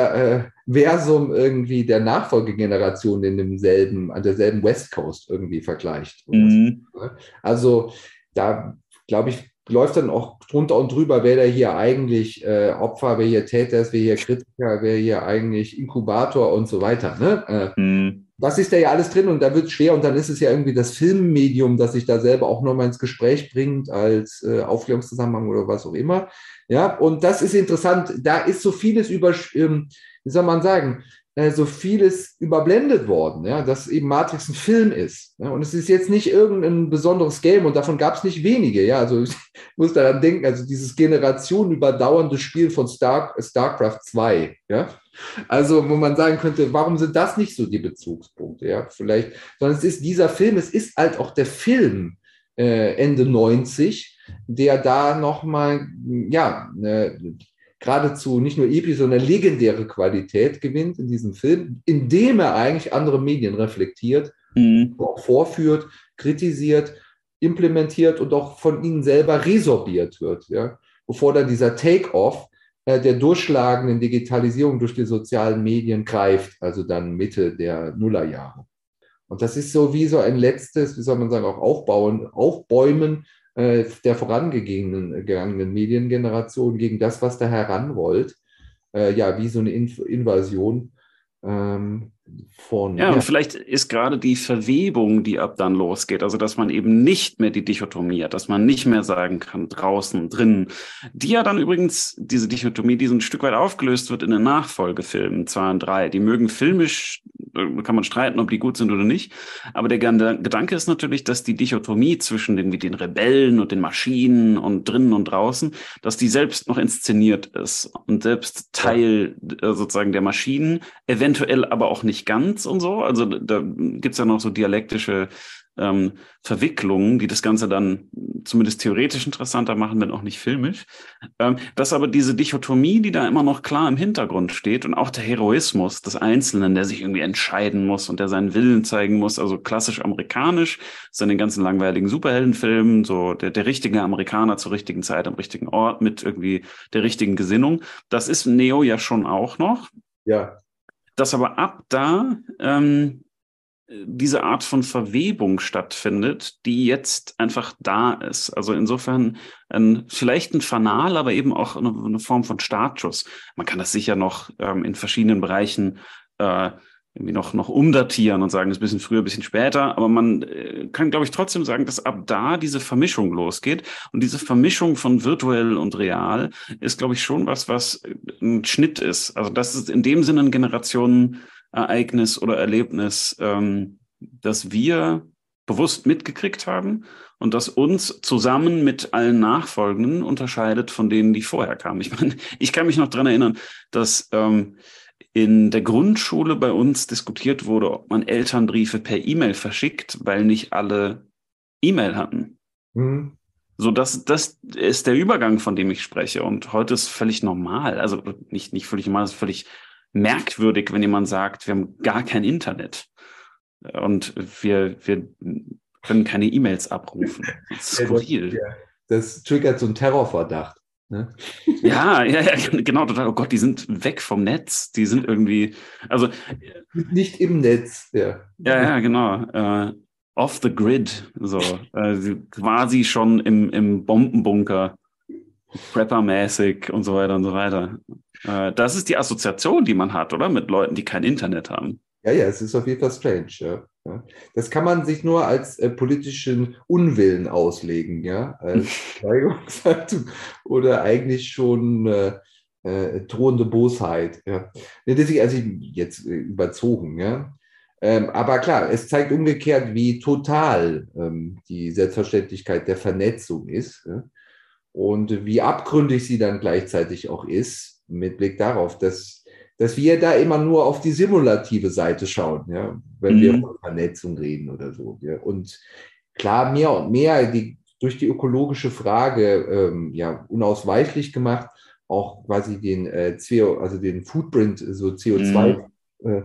Metaversum irgendwie der Nachfolgegeneration in demselben, an derselben West Coast irgendwie vergleicht. Oder so, mh, ne? Also da glaube ich, läuft dann auch drunter und drüber, wer da hier eigentlich äh, Opfer, wer hier Täter ist, wer hier Kritiker, wer hier eigentlich Inkubator und so weiter. Ne? Äh, mh, das ist da ja alles drin und da wird es schwer und dann ist es ja irgendwie das Filmmedium, das sich da selber auch nochmal ins Gespräch bringt als äh, Aufklärungszusammenhang oder was auch immer. Ja, und das ist interessant. Da ist so vieles über, ähm, wie soll man sagen, äh, so vieles überblendet worden, ja, dass eben Matrix ein Film ist. Ja, und es ist jetzt nicht irgendein besonderes Game und davon gab es nicht wenige. Ja, also ich muss daran denken, also dieses generationenüberdauernde Spiel von Star, StarCraft zwei, ja. Also, wo man sagen könnte, warum sind das nicht so die Bezugspunkte? Ja, vielleicht, sondern es ist dieser Film, es ist halt auch der Film äh, Ende neunzig, der da nochmal, ja, äh, geradezu nicht nur episch, sondern legendäre Qualität gewinnt in diesem Film, indem er eigentlich andere Medien reflektiert, mh. auch vorführt, kritisiert, implementiert und auch von ihnen selber resorbiert wird. Ja? Bevor dann dieser Take-off äh, der durchschlagenden Digitalisierung durch die sozialen Medien greift, also dann Mitte der Nullerjahre. Und das ist so wie so ein letztes, wie soll man sagen, auch Aufbauen, Aufbäumen äh, der vorangegangenen gegangenen Mediengeneration gegen das, was da heranrollt. Äh, ja, wie so eine Inf Invasion ähm, von, Ja, und ja, vielleicht ist gerade die Verwebung, die ab dann losgeht, also dass man eben nicht mehr die Dichotomie hat, dass man nicht mehr sagen kann, draußen, drinnen, die ja dann übrigens, diese Dichotomie, die so ein Stück weit aufgelöst wird in den Nachfolgefilmen zwei und drei. Die mögen filmisch, kann man streiten, ob die gut sind oder nicht, aber der Gedanke ist natürlich, dass die Dichotomie zwischen den, den Rebellen und den Maschinen und drinnen und draußen, dass die selbst noch inszeniert ist und selbst Teil äh, sozusagen der Maschinen, eventuell aber auch nicht ganz und so. Also da gibt's ja noch so dialektische ähm, Verwicklungen, die das Ganze dann zumindest theoretisch interessanter machen, wenn auch nicht filmisch. Ähm, dass aber diese Dichotomie, die da immer noch klar im Hintergrund steht und auch der Heroismus des Einzelnen, der sich irgendwie entscheiden muss und der seinen Willen zeigen muss, also klassisch amerikanisch, so in den ganzen langweiligen Superheldenfilmen, so der, der richtige Amerikaner zur richtigen Zeit am richtigen Ort mit irgendwie der richtigen Gesinnung. Das ist Neo ja schon auch noch. ja. Dass aber ab da ähm, diese Art von Verwebung stattfindet, die jetzt einfach da ist. Also insofern ein, vielleicht ein Fanal, aber eben auch eine, eine Form von Startschuss. Man kann das sicher noch ähm, in verschiedenen Bereichen äh, irgendwie noch, noch umdatieren und sagen, das ist ein bisschen früher, ein bisschen später. Aber man äh, kann, glaube ich, trotzdem sagen, dass ab da diese Vermischung losgeht. Und diese Vermischung von virtuell und real ist, glaube ich, schon was, was ein Schnitt ist. Also das ist in dem Sinne ein Generationenereignis oder Erlebnis, ähm, das wir bewusst mitgekriegt haben und das uns zusammen mit allen Nachfolgenden unterscheidet von denen, die vorher kamen. Ich meine, ich kann mich noch dran erinnern, dass ähm, in der Grundschule bei uns diskutiert wurde, ob man Elternbriefe per E-Mail verschickt, weil nicht alle E-Mail hatten. Hm. So, das, das ist der Übergang, von dem ich spreche. Und heute ist völlig normal. Also nicht, nicht völlig normal, es ist völlig merkwürdig, wenn jemand sagt, wir haben gar kein Internet. Und wir, wir können keine E-Mails abrufen. Das ist skurril. Das, das triggert so einen Terrorverdacht. Ne? Ja, ja, ja, genau, total. Oh Gott, die sind weg vom Netz. Die sind irgendwie, also, Nicht im Netz, ja. ja, ja, genau. Äh, off the grid, so. Äh, sie- quasi schon im, im Bombenbunker, Prepper-mäßig und so weiter und so weiter. Äh, das ist die Assoziation, die man hat, oder? Mit Leuten, die kein Internet haben. Ja, ja, es ist auf jeden Fall strange. Ja. Ja. Das kann man sich nur als äh, politischen Unwillen auslegen, ja, als Schweigungshaltung oder eigentlich schon äh, äh, drohende Bosheit. Ja. Nee, deswegen, also ich, jetzt äh, überzogen, ja. Ähm, aber klar, es zeigt umgekehrt, wie total ähm, die Selbstverständlichkeit der Vernetzung ist, ja. Und wie abgründig sie dann gleichzeitig auch ist, mit Blick darauf, dass dass wir da immer nur auf die simulative Seite schauen, ja, wenn wir Mhm. von Vernetzung reden oder so. Ja. Und klar, mehr und mehr die, durch die ökologische Frage ähm, ja, unausweichlich gemacht, auch quasi den äh, C O, also den Footprint, so C O zwei Mhm. äh,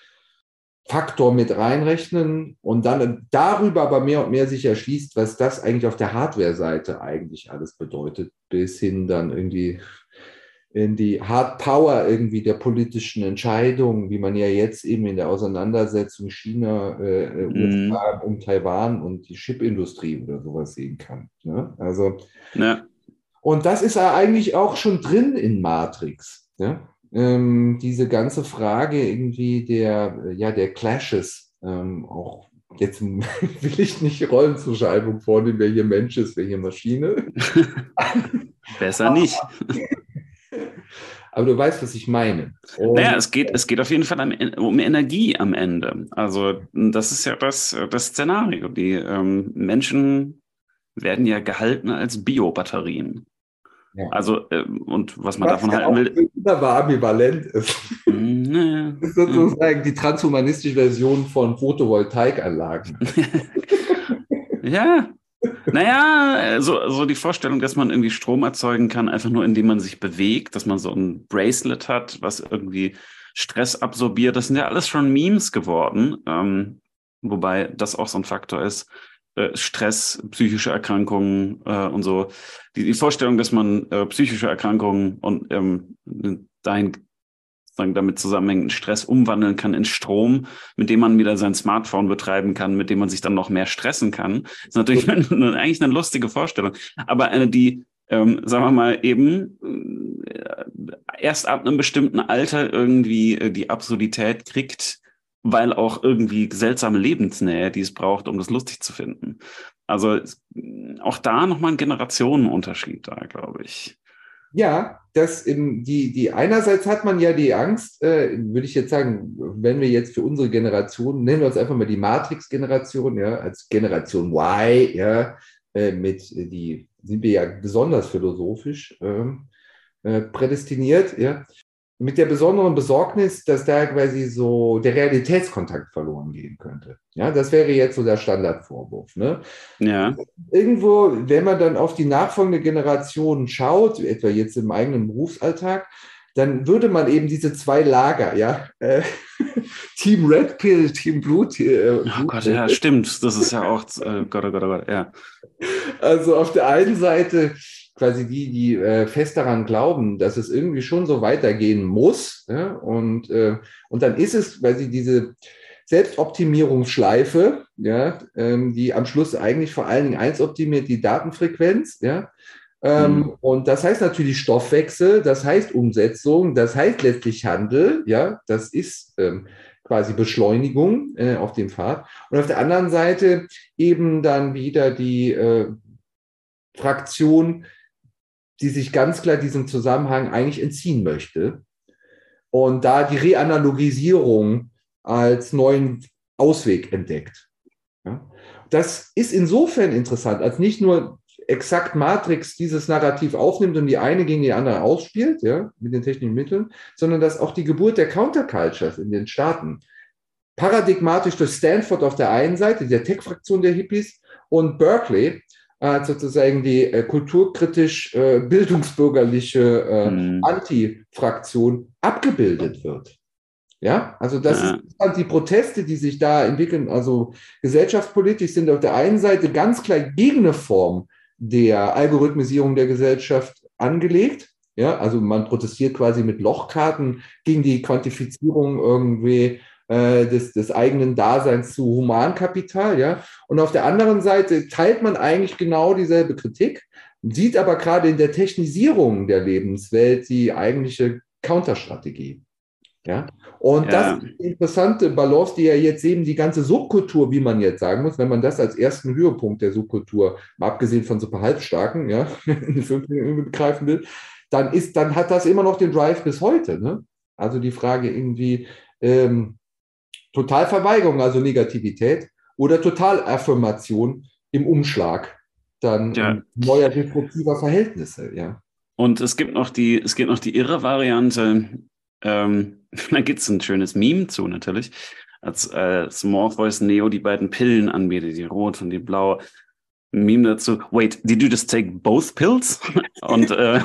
Faktor mit reinrechnen und dann darüber aber mehr und mehr sich erschließt, was das eigentlich auf der Hardware-Seite eigentlich alles bedeutet, bis hin dann irgendwie in die Hard Power irgendwie der politischen Entscheidungen, wie man ja jetzt eben in der Auseinandersetzung China, äh, Mhm. U S A um Taiwan und die Chipindustrie oder sowas sehen kann. Ne? Also, Ja. und das ist ja eigentlich auch schon drin in Matrix. Ja? Ähm, diese ganze Frage irgendwie der, ja, der Clashes, ähm, auch jetzt will ich nicht Rollenzuschreibung vornehmen, wer hier Mensch ist, wer hier Maschine. Besser nicht. Aber du weißt, was ich meine. Naja, Und es geht, es geht auf jeden Fall am, um Energie am Ende. Also, das ist ja das, das Szenario. Die ähm, Menschen werden ja gehalten als Biobatterien. ja. Also, ähm, und was man Was davon ja halten auch will, wunderbar ambivalent ist. mm, naja, Das ist ja. sozusagen die transhumanistische Version von Photovoltaikanlagen. Ja, naja, so, so die Vorstellung, dass man irgendwie Strom erzeugen kann, einfach nur indem man sich bewegt, dass man so ein Bracelet hat, was irgendwie Stress absorbiert, das sind ja alles schon Memes geworden. Ähm, wobei das auch so ein Faktor ist. Äh, Stress, psychische Erkrankungen äh, und so. Die, die Vorstellung, dass man äh, psychische Erkrankungen und ähm, dahin sozusagen damit zusammenhängenden Stress umwandeln kann in Strom, mit dem man wieder sein Smartphone betreiben kann, mit dem man sich dann noch mehr stressen kann. Das ist natürlich eine, eigentlich eine lustige Vorstellung. Aber eine, die, ähm, sagen wir mal, eben äh, erst ab einem bestimmten Alter irgendwie äh, die Absurdität kriegt, weil auch irgendwie seltsame Lebensnähe, die es braucht, um das lustig zu finden. Also auch da nochmal ein Generationenunterschied da, glaube ich. Ja, das in die, die einerseits hat man ja die Angst, äh, würde ich jetzt sagen, wenn wir jetzt für unsere Generation, nennen wir uns einfach mal die Matrix-Generation, ja, als Generation Y, ja, äh, mit äh, die sind wir ja besonders philosophisch ähm, äh, prädestiniert, ja, mit der besonderen Besorgnis, dass da quasi so der Realitätskontakt verloren gehen könnte. Ja, das wäre jetzt so der Standardvorwurf. Ne? Ja. Irgendwo, wenn man dann auf die nachfolgende Generation schaut, etwa jetzt im eigenen Berufsalltag, dann würde man eben diese zwei Lager, ja, äh, Team Red Pill, Team Blue, äh, Oh Blue Gott, Pill. ja, stimmt. Das ist ja auch, äh, Gott, oh Gott, oh Gott, ja. Also auf der einen Seite quasi die, die äh, fest daran glauben, dass es irgendwie schon so weitergehen muss. Ja? Und, äh, und dann ist es quasi diese Selbstoptimierungsschleife, ja, ähm, die am Schluss eigentlich vor allen Dingen eins optimiert, die Datenfrequenz. Ja? Ähm, Hm. und das heißt natürlich Stoffwechsel, das heißt Umsetzung, das heißt letztlich Handel. Ja? Das ist ähm, quasi Beschleunigung äh, auf dem Pfad. Und auf der anderen Seite eben dann wieder die äh, Fraktion, die sich ganz klar diesem Zusammenhang eigentlich entziehen möchte und da die Reanalogisierung als neuen Ausweg entdeckt. Ja? Das ist insofern interessant, als nicht nur exakt Matrix dieses Narrativ aufnimmt und die eine gegen die andere ausspielt, ja, mit den technischen Mitteln, sondern dass auch die Geburt der Countercultures in den Staaten paradigmatisch durch Stanford auf der einen Seite, der Tech-Fraktion der Hippies, und Berkeley, äh, sozusagen die äh, kulturkritisch äh, bildungsbürgerliche äh, Hm. Anti-Fraktion abgebildet wird. Ja, also das ist Ja. die Proteste, die sich da entwickeln, also gesellschaftspolitisch sind auf der einen Seite ganz klar gegen eine Form der Algorithmisierung der Gesellschaft angelegt. Ja, also man protestiert quasi mit Lochkarten gegen die Quantifizierung irgendwie äh, des, des eigenen Daseins zu Humankapital. Ja, und auf der anderen Seite teilt man eigentlich genau dieselbe Kritik, sieht aber gerade in der Technisierung der Lebenswelt die eigentliche Counterstrategie. Ja, und das Ja, ist die interessante Balance, die ja jetzt eben die ganze Subkultur, wie man jetzt sagen muss, wenn man das als ersten Höhepunkt der Subkultur, mal abgesehen von super Halbstarken, ja, in den fünf Minuten begreifen will, dann ist, dann hat das immer noch den Drive bis heute. Ne? Also die Frage irgendwie ähm, Totalverweigerung, also Negativität, oder Totalaffirmation im Umschlag, dann ja. ähm, neuer disruptiver Verhältnisse, ja. Und es gibt noch die, es gibt noch die irre Variante, ähm, da gibt es ein schönes Meme zu natürlich, als äh, Morpheus Neo die beiden Pillen anbietet, die rot und die blau. Ein Meme dazu, wait, did you just take both pills? Und äh,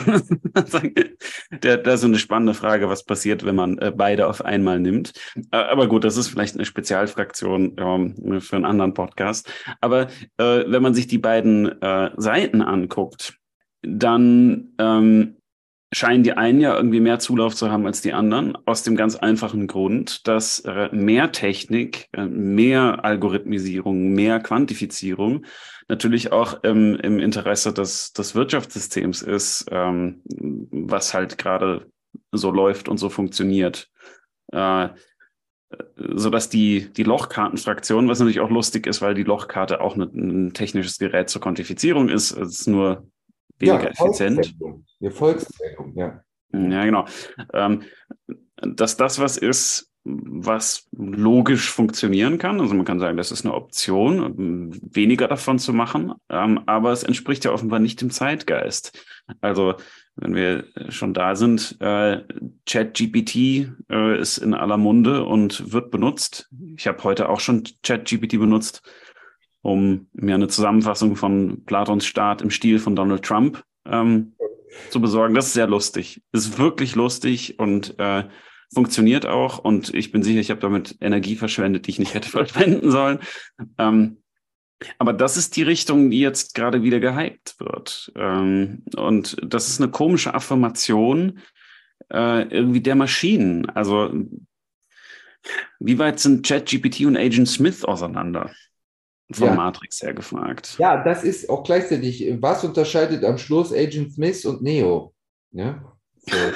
der, das ist so eine spannende Frage, was passiert, wenn man äh, beide auf einmal nimmt. Äh, aber gut, das ist vielleicht eine Spezialfraktion ähm, für einen anderen Podcast. Aber äh, wenn man sich die beiden äh, Seiten anguckt, dann ähm, scheinen die einen ja irgendwie mehr Zulauf zu haben als die anderen, aus dem ganz einfachen Grund, dass äh, mehr Technik, äh, mehr Algorithmisierung, mehr Quantifizierung natürlich auch ähm, im Interesse des, des Wirtschaftssystems ist, ähm, was halt gerade so läuft und so funktioniert. Äh, sodass die, die Lochkartenfraktion, was natürlich auch lustig ist, weil die Lochkarte auch eine, ein technisches Gerät zur Quantifizierung ist, es ist nur Ja, weniger effizient. Volkszählung. Die Volkszählung, ja. Ja, genau. Ähm, dass das was ist, was logisch funktionieren kann. Also man kann sagen, das ist eine Option, weniger davon zu machen, ähm, aber es entspricht ja offenbar nicht dem Zeitgeist. Also wenn wir schon da sind, äh, ChatGPT äh, ist in aller Munde und wird benutzt. Ich habe heute auch schon ChatGPT benutzt, um mir eine Zusammenfassung von Platons Staat im Stil von Donald Trump ähm, zu besorgen. Das ist sehr lustig. Ist wirklich lustig und äh, funktioniert auch. Und ich bin sicher, ich habe damit Energie verschwendet, die ich nicht hätte verschwenden sollen. Ähm, aber das ist die Richtung, die jetzt gerade wieder gehypt wird. Ähm, und das ist eine komische Affirmation äh, irgendwie der Maschinen. Also wie weit sind ChatGPT und Agent Smith auseinander? Von Ja, Matrix her gefragt. ja, das ist auch gleichzeitig, was unterscheidet am Schluss Agent Smith und Neo? Ja, so.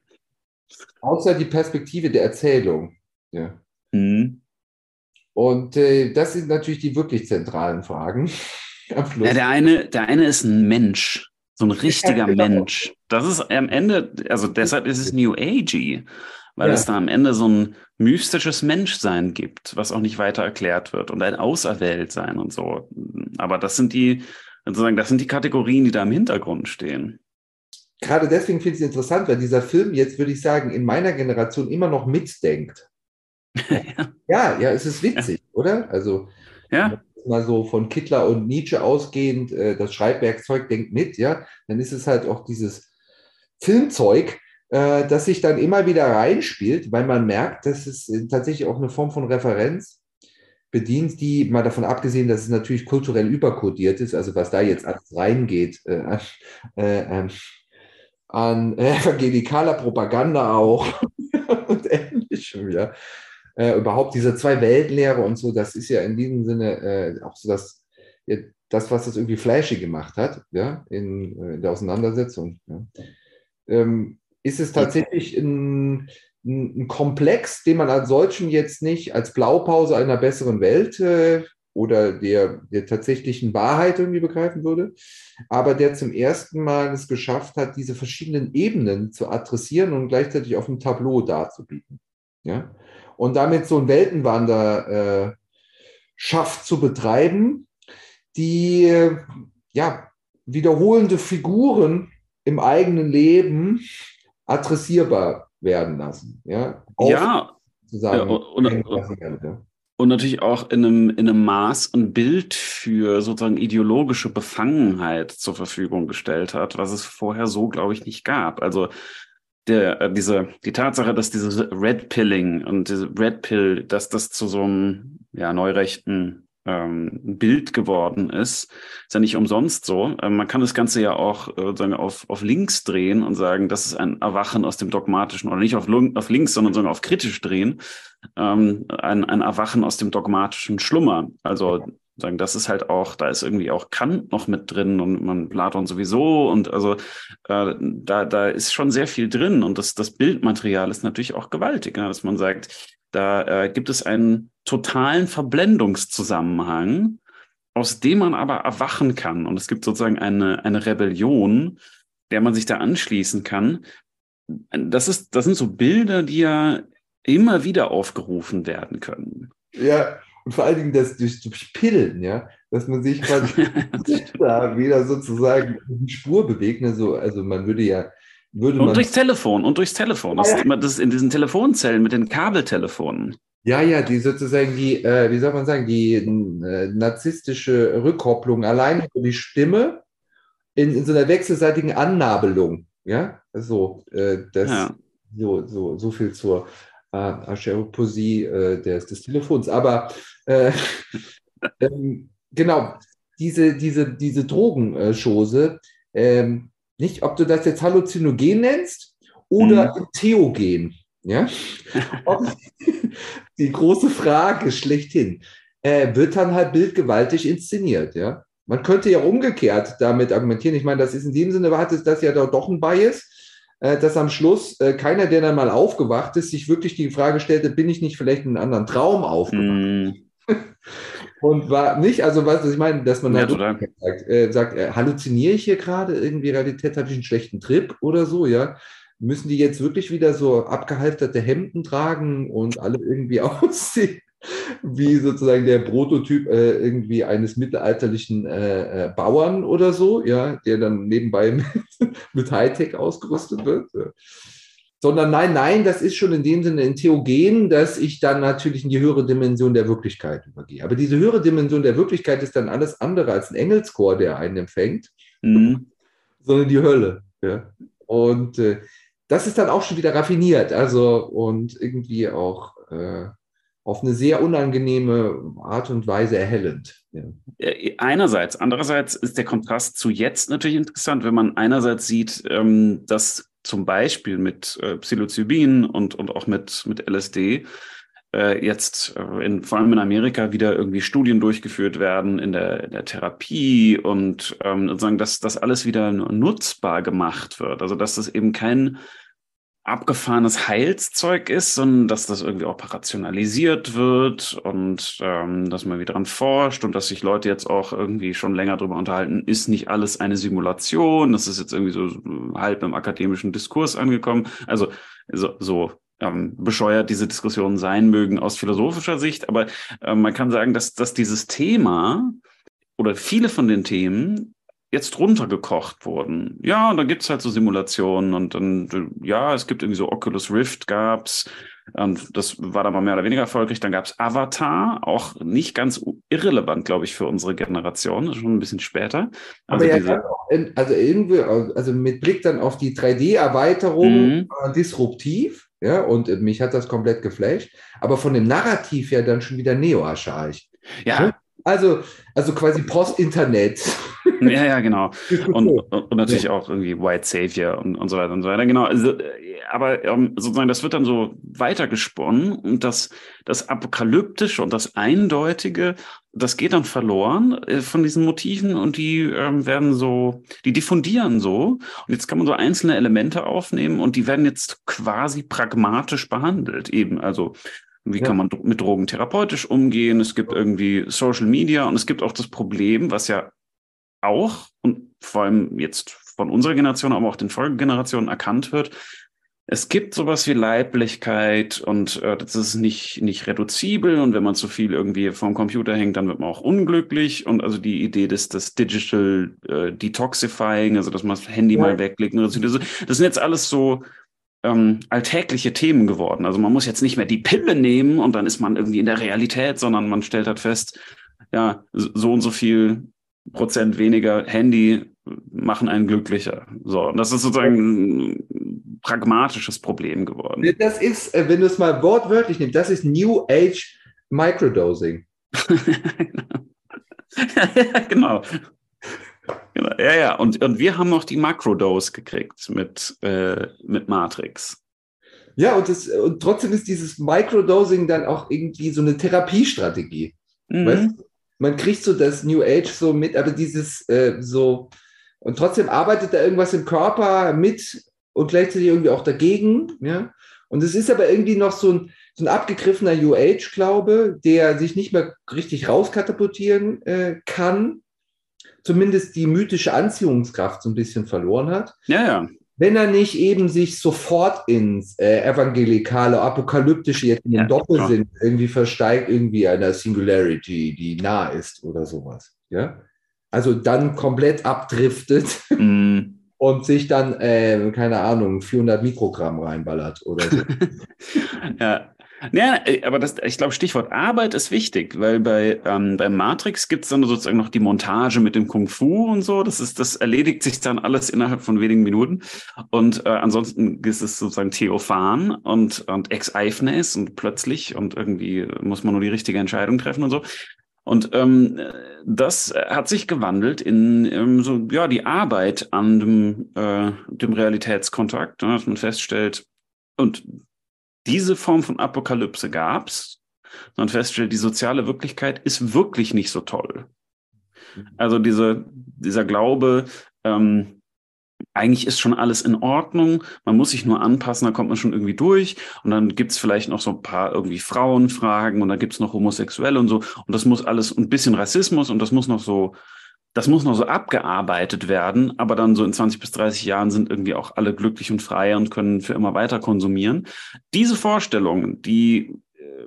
Außer die Perspektive der Erzählung. Ja. Hm. Und äh, das sind natürlich die wirklich zentralen Fragen am Ja, Schluss. der eine, der eine ist ein Mensch, so ein Ja, richtiger genau. Mensch. Das ist am Ende, also deshalb ist es New Agey, weil Ja, es da am Ende so ein mystisches Menschsein gibt, was auch nicht weiter erklärt wird und ein Auserwähltsein und so. Aber das sind die, sozusagen, das sind die Kategorien, die da im Hintergrund stehen. gerade deswegen finde ich es interessant, weil dieser Film jetzt, würde ich sagen, in meiner Generation immer noch mitdenkt. Ja, Ja, ja, es ist ja, witzig, oder? Also ja, mal so von Kittler und Nietzsche ausgehend, äh, das Schreibwerkzeug denkt mit, ja, dann ist es halt auch dieses Filmzeug, äh, das sich dann immer wieder reinspielt, weil man merkt, dass es äh, tatsächlich auch eine Form von Referenz bedient, die mal davon abgesehen, dass es natürlich kulturell überkodiert ist, also was da jetzt alles reingeht, äh, an, äh, an evangelikaler Propaganda auch und ähnlichem, ja. Äh, überhaupt diese Zwei-Welten-Lehre und so, das ist ja in diesem Sinne äh, auch so das, ja, das, was das irgendwie flashy gemacht hat, ja, in, äh, in der Auseinandersetzung. Ja. Ähm, ist es tatsächlich ein, ein, ein Komplex, den man als solchen jetzt nicht als Blaupause einer besseren Welt äh, oder der, der tatsächlichen Wahrheit irgendwie begreifen würde, aber der zum ersten Mal es geschafft hat, diese verschiedenen Ebenen zu adressieren und gleichzeitig auf dem Tableau darzubieten. Ja? Und damit so einen Weltenwander äh, schafft zu betreiben, die äh, ja, wiederholende Figuren im eigenen Leben adressierbar werden lassen. Ja? Auf ja, äh, sozusagen und, und, ja. und natürlich auch in einem, in einem Maß ein Bild für sozusagen ideologische Befangenheit zur Verfügung gestellt hat, was es vorher so, glaube ich, nicht gab. Also der, äh, diese, die Tatsache, dass dieses Red Pilling und diese Red Pill, dass das zu so einem ja, neurechten ähm, Bild geworden ist. Ist ja nicht umsonst so. Ähm, man kann das Ganze ja auch äh, sozusagen auf, auf links drehen und sagen, das ist ein Erwachen aus dem Dogmatischen, oder nicht auf, auf links, sondern sogar auf kritisch drehen. Ähm, ein, ein Erwachen aus dem dogmatischen Schlummer. Also sagen, das ist halt auch, da ist irgendwie auch Kant noch mit drin und man Platon sowieso und also äh, da, da ist schon sehr viel drin und das, das Bildmaterial ist natürlich auch gewaltig, ne? Dass man sagt, da äh, gibt es einen totalen Verblendungszusammenhang, aus dem man aber erwachen kann und es gibt sozusagen eine, eine Rebellion, der man sich da anschließen kann. Das ist, das sind so Bilder, die ja immer wieder aufgerufen werden können. Ja, und vor allen Dingen das durch, durch Pillen, ja, dass man sich quasi da wieder sozusagen die Spur bewegt. Ne? So, also man würde ja, würde und man. durchs Telefon, und durchs Telefon. Das ist immer das in diesen Telefonzellen mit den Kabeltelefonen. Ja, ja, die sozusagen die, äh, wie soll man sagen, die äh, narzisstische Rückkopplung allein über die Stimme in, in so einer wechselseitigen Annabelung. Ja, so, äh, das, Ja. so, so, so viel zur äh, Acheroposie äh, des, des Telefons. Aber äh, ähm, genau, diese, diese, diese Drogenschose, ähm, nicht, ob du das jetzt Halluzinogen nennst oder Mhm. Theogen. Ja? Die große Frage schlechthin. Äh, wird dann halt bildgewaltig inszeniert, ja? Man könnte ja umgekehrt damit argumentieren. Ich meine, das ist in dem Sinne, hat es das ja doch ein Bias, äh, dass am Schluss äh, keiner, der dann mal aufgewacht ist, sich wirklich die Frage stellte, bin ich nicht vielleicht in einem anderen Traum aufgewacht? Mhm. Und war nicht, also was ich meine, dass man Ja, halt total. sagt, äh, sagt äh, halluziniere ich hier gerade irgendwie Realität, habe ich einen schlechten Trip oder so, ja? Müssen die jetzt wirklich wieder so abgehalfterte Hemden tragen und alle irgendwie aussehen wie sozusagen der Prototyp äh, irgendwie eines mittelalterlichen äh, äh, Bauern oder so, ja, der dann nebenbei mit, mit Hightech ausgerüstet wird. Ja. Sondern nein, nein, das ist schon in dem Sinne ein Theogen, dass ich dann natürlich in die höhere Dimension der Wirklichkeit übergehe. Aber diese höhere Dimension der Wirklichkeit ist dann alles andere als ein Engelschor, der einen empfängt, Mhm. sondern die Hölle. Ja. Und äh, das ist dann auch schon wieder raffiniert, also und irgendwie auch äh, auf eine sehr unangenehme Art und Weise erhellend. Ja. Einerseits. Andererseits ist der Kontrast zu jetzt natürlich interessant, wenn man einerseits sieht, ähm, dass zum Beispiel mit äh, Psilocybin und, und auch mit, mit L S D äh, jetzt äh, in, vor allem in Amerika wieder irgendwie Studien durchgeführt werden in der, in der Therapie und ähm, sozusagen, dass das alles wieder nutzbar gemacht wird. Also dass das eben kein abgefahrenes Heilszeug ist, sondern dass das irgendwie operationalisiert wird und ähm, dass man wieder dran forscht und dass sich Leute jetzt auch irgendwie schon länger darüber unterhalten, ist nicht alles eine Simulation, das ist jetzt irgendwie so halb im akademischen Diskurs angekommen. Also so, so ähm, bescheuert diese Diskussionen sein mögen aus philosophischer Sicht, aber äh, man kann sagen, dass, dass dieses Thema oder viele von den Themen jetzt runtergekocht wurden. Ja, und dann gibt's halt so Simulationen und dann, ja, es gibt irgendwie so Oculus Rift gab's und das war dann mal mehr oder weniger erfolgreich. Dann gab's Avatar, auch nicht ganz irrelevant, glaube ich, für unsere Generation, das ist schon ein bisschen später. Also Aber ja, diese, auch in, also irgendwie, also mit Blick dann auf die drei D-Erweiterung mh, äh, disruptiv, ja, und äh, mich hat das komplett geflasht, aber von dem Narrativ ja dann schon wieder neo-archaisch. Ne? ja, Also, also quasi Post-Internet. ja, ja, genau. Und, Diskussion. und, und natürlich auch irgendwie White Savior und, und so weiter und so weiter. Genau. Also, äh, aber ähm, sozusagen, das wird dann so weitergesponnen und das, das Apokalyptische und das Eindeutige, das geht dann verloren äh, von diesen Motiven und die ähm, werden so, die diffundieren so. Und jetzt kann man so einzelne Elemente aufnehmen und die werden jetzt quasi pragmatisch behandelt. Eben, also wie kann Ja. man mit Drogen therapeutisch umgehen? Es gibt irgendwie Social Media und es gibt auch das Problem, was ja auch und vor allem jetzt von unserer Generation, aber auch den Folgegenerationen erkannt wird. Es gibt sowas wie Leiblichkeit und äh, das ist nicht, nicht reduzibel und wenn man zu viel irgendwie vorm Computer hängt, dann wird man auch unglücklich und also die Idee des, des Digital äh, Detoxifying, also dass man das Handy mal weglegt, das, das sind jetzt alles so ähm, alltägliche Themen geworden. Also man muss jetzt nicht mehr die Pille nehmen und dann ist man irgendwie in der Realität, sondern man stellt halt fest, ja, so und so viel Prozent weniger Handy machen einen glücklicher. So, und das ist sozusagen ein pragmatisches Problem geworden. Das ist, äh, wenn du es mal wortwörtlich nimmst, das ist New Age Microdosing. ja, genau. genau. Ja, ja. Und, und wir haben noch die Makrodose gekriegt mit, äh, mit Matrix. Ja, und, das, und trotzdem ist dieses Microdosing dann auch irgendwie so eine Therapiestrategie. Mhm. Weißt du? Man kriegt so das New Age so mit, aber dieses äh, so, und trotzdem arbeitet da irgendwas im Körper mit und gleichzeitig irgendwie auch dagegen. Ja? Und es ist aber irgendwie noch so ein, so ein abgegriffener New Age-Glaube, der sich nicht mehr richtig rauskatapultieren äh, kann, zumindest die mythische Anziehungskraft so ein bisschen verloren hat. Ja, ja. Wenn er nicht eben sich sofort ins äh, evangelikale, apokalyptische, jetzt in dem ja, Doppelsinn klar. irgendwie versteigt, irgendwie einer Singularity, die nah ist oder sowas. Ja? Also dann komplett abdriftet mm. und sich dann, äh, keine Ahnung, vierhundert Mikrogramm reinballert oder so. ja. Ja, aber das, ich glaube, Stichwort Arbeit ist wichtig, weil bei, ähm, bei Matrix gibt es dann sozusagen noch die Montage mit dem Kung Fu und so. Das ist, das erledigt sich dann alles innerhalb von wenigen Minuten. Und äh, ansonsten ist es sozusagen Theophan und, und Ex-Eifnes und plötzlich und irgendwie muss man nur die richtige Entscheidung treffen und so. Und ähm, das hat sich gewandelt in ähm, so ja die Arbeit an dem, äh, dem Realitätskontakt, ne, dass man feststellt, und diese Form von Apokalypse gab es, sondern feststellt, die soziale Wirklichkeit ist wirklich nicht so toll. Also diese, dieser Glaube, ähm, eigentlich ist schon alles in Ordnung, man muss sich nur anpassen, da kommt man schon irgendwie durch und dann gibt es vielleicht noch so ein paar irgendwie Frauenfragen und dann gibt es noch Homosexuelle und so und das muss alles, ein bisschen Rassismus und das muss noch so Das muss noch so abgearbeitet werden, aber dann so in zwanzig bis dreißig Jahren sind irgendwie auch alle glücklich und frei und können für immer weiter konsumieren. Diese Vorstellung, die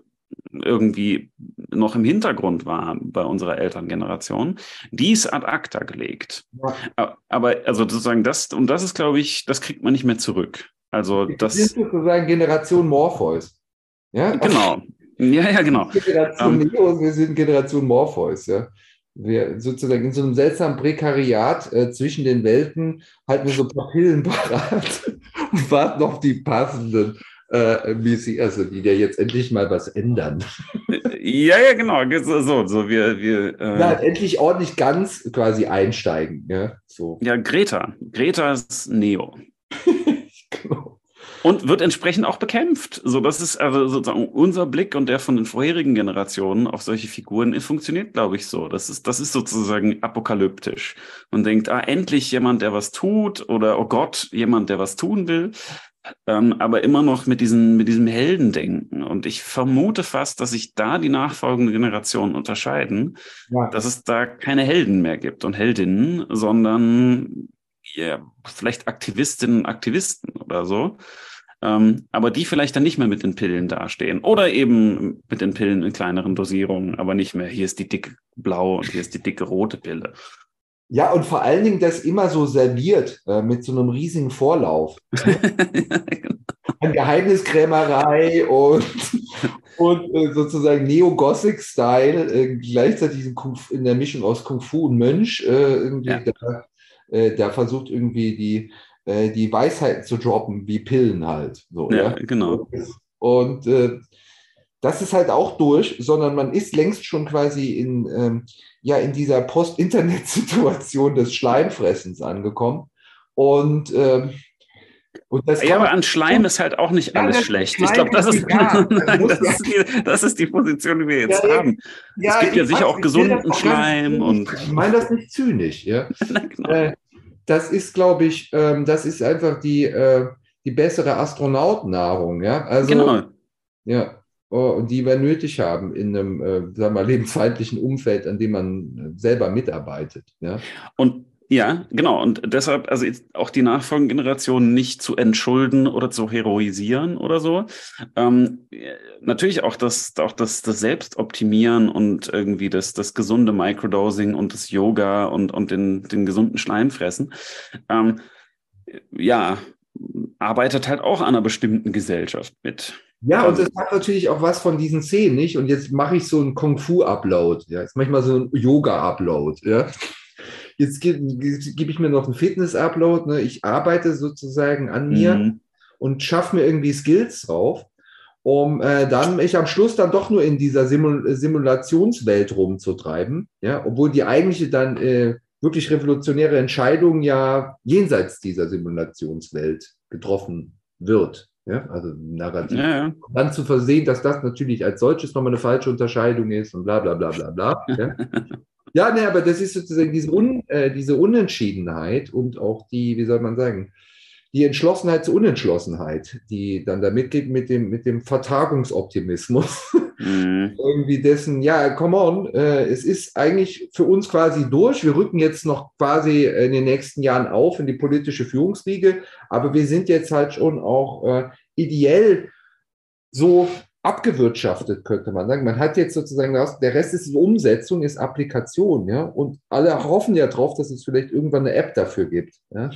irgendwie noch im Hintergrund war bei unserer Elterngeneration, die ist ad acta gelegt. Ja. Aber also sozusagen das, und das ist, glaube ich, das kriegt man nicht mehr zurück. Also das ist sozusagen Generation Morpheus. Ja? Genau. Ja, ja, genau. Generation um, Neos, wir sind Generation Morpheus, ja. Wir sozusagen in so einem seltsamen Prekariat äh, zwischen den Welten halten wir so ein paar Pillen parat und warten auf die passenden äh, Messi, also die ja jetzt endlich mal was ändern. Ja, ja, genau. So, so wir, wir äh, ja, endlich ordentlich ganz quasi einsteigen. Ja, so. Ja, Greta. Greta ist Neo. Genau. Und wird entsprechend auch bekämpft. So, das ist also sozusagen unser Blick und der von den vorherigen Generationen auf solche Figuren funktioniert, glaube ich, so. Das ist, das ist sozusagen apokalyptisch. Man denkt, ah, endlich jemand, der was tut, oder oh Gott, jemand, der was tun will. Ähm, aber immer noch mit, diesen, mit diesem Heldendenken. Und ich vermute fast, dass sich da die nachfolgenden Generationen unterscheiden, ja. Dass es da keine Helden mehr gibt und Heldinnen, sondern ja, vielleicht Aktivistinnen und Aktivisten oder so. Ähm, aber die vielleicht dann nicht mehr mit den Pillen dastehen. Oder eben mit den Pillen in kleineren Dosierungen, aber nicht mehr, hier ist die dicke blaue und hier ist die dicke rote Pille. Ja, und vor allen Dingen das immer so serviert, äh, mit so einem riesigen Vorlauf. An Geheimniskrämerei und, und äh, sozusagen Neo-Gothic-Style, äh, gleichzeitig in, Kung, in der Mischung aus Kung Fu und Mönch, äh, irgendwie ja. da, äh, da versucht irgendwie die die Weisheiten zu droppen, wie Pillen halt. So, ja, ja, genau. Und äh, das ist halt auch durch, sondern man ist längst schon quasi in, ähm, ja, in dieser Post-Internet-Situation des Schleimfressens angekommen. Und, ähm, und das ja, aber an Schleim ist halt auch nicht ja, alles schlecht. Ich glaube, das, ist, das, ist die, das ist die Position, die wir jetzt ja, haben. Ja, es gibt ja sicher auch gesunden Schleim. Und ich meine das nicht zynisch. Ja. genau. äh, Das ist, glaube ich, ähm, das ist einfach die, äh, die bessere Astronautennahrung, ja. Also, genau. Ja, oh, die wir nötig haben in einem, äh, sagen wir mal, lebensfeindlichen Umfeld, an dem man selber mitarbeitet, ja. Und ja, genau. Und deshalb, also jetzt auch die nachfolgende Generation nicht zu entschulden oder zu heroisieren oder so. Ähm, natürlich auch das, auch das, das Selbstoptimieren und irgendwie das, das gesunde Microdosing und das Yoga und, und den, den gesunden Schleimfressen. Ähm, ja, arbeitet halt auch an einer bestimmten Gesellschaft mit. Ja, und es hat natürlich auch was von diesen Szenen, nicht? Und jetzt mache ich so einen Kung-Fu-Upload, ja. Jetzt mache ich mal so einen Yoga-Upload, ja. Jetzt gebe geb ich mir noch einen Fitness-Upload. Ne? Ich arbeite sozusagen an mir mhm. und schaffe mir irgendwie Skills drauf. um äh, dann mich am Schluss dann doch nur in dieser Simul- Simulationswelt rumzutreiben, ja, obwohl die eigentliche dann äh, wirklich revolutionäre Entscheidung ja jenseits dieser Simulationswelt getroffen wird. Ja, also narrativ. Ja, ja. Dann zu versehen, dass das natürlich als solches nochmal eine falsche Unterscheidung ist und bla bla bla bla bla. Ja, ja, ne, aber das ist sozusagen diese, Un, äh, diese Unentschiedenheit und auch die, wie soll man sagen, die Entschlossenheit zur Unentschlossenheit, die dann da mitgeht mit dem, mit dem Vertagungsoptimismus. Mhm. Irgendwie dessen, ja, come on, äh, es ist eigentlich für uns quasi durch. Wir rücken jetzt noch quasi in den nächsten Jahren auf in die politische Führungsriege, aber wir sind jetzt halt schon auch äh, ideell so abgewirtschaftet, könnte man sagen. Man hat jetzt sozusagen, das, der Rest ist die Umsetzung, ist Applikation, ja, und alle hoffen ja drauf, dass es vielleicht irgendwann eine App dafür gibt, ja.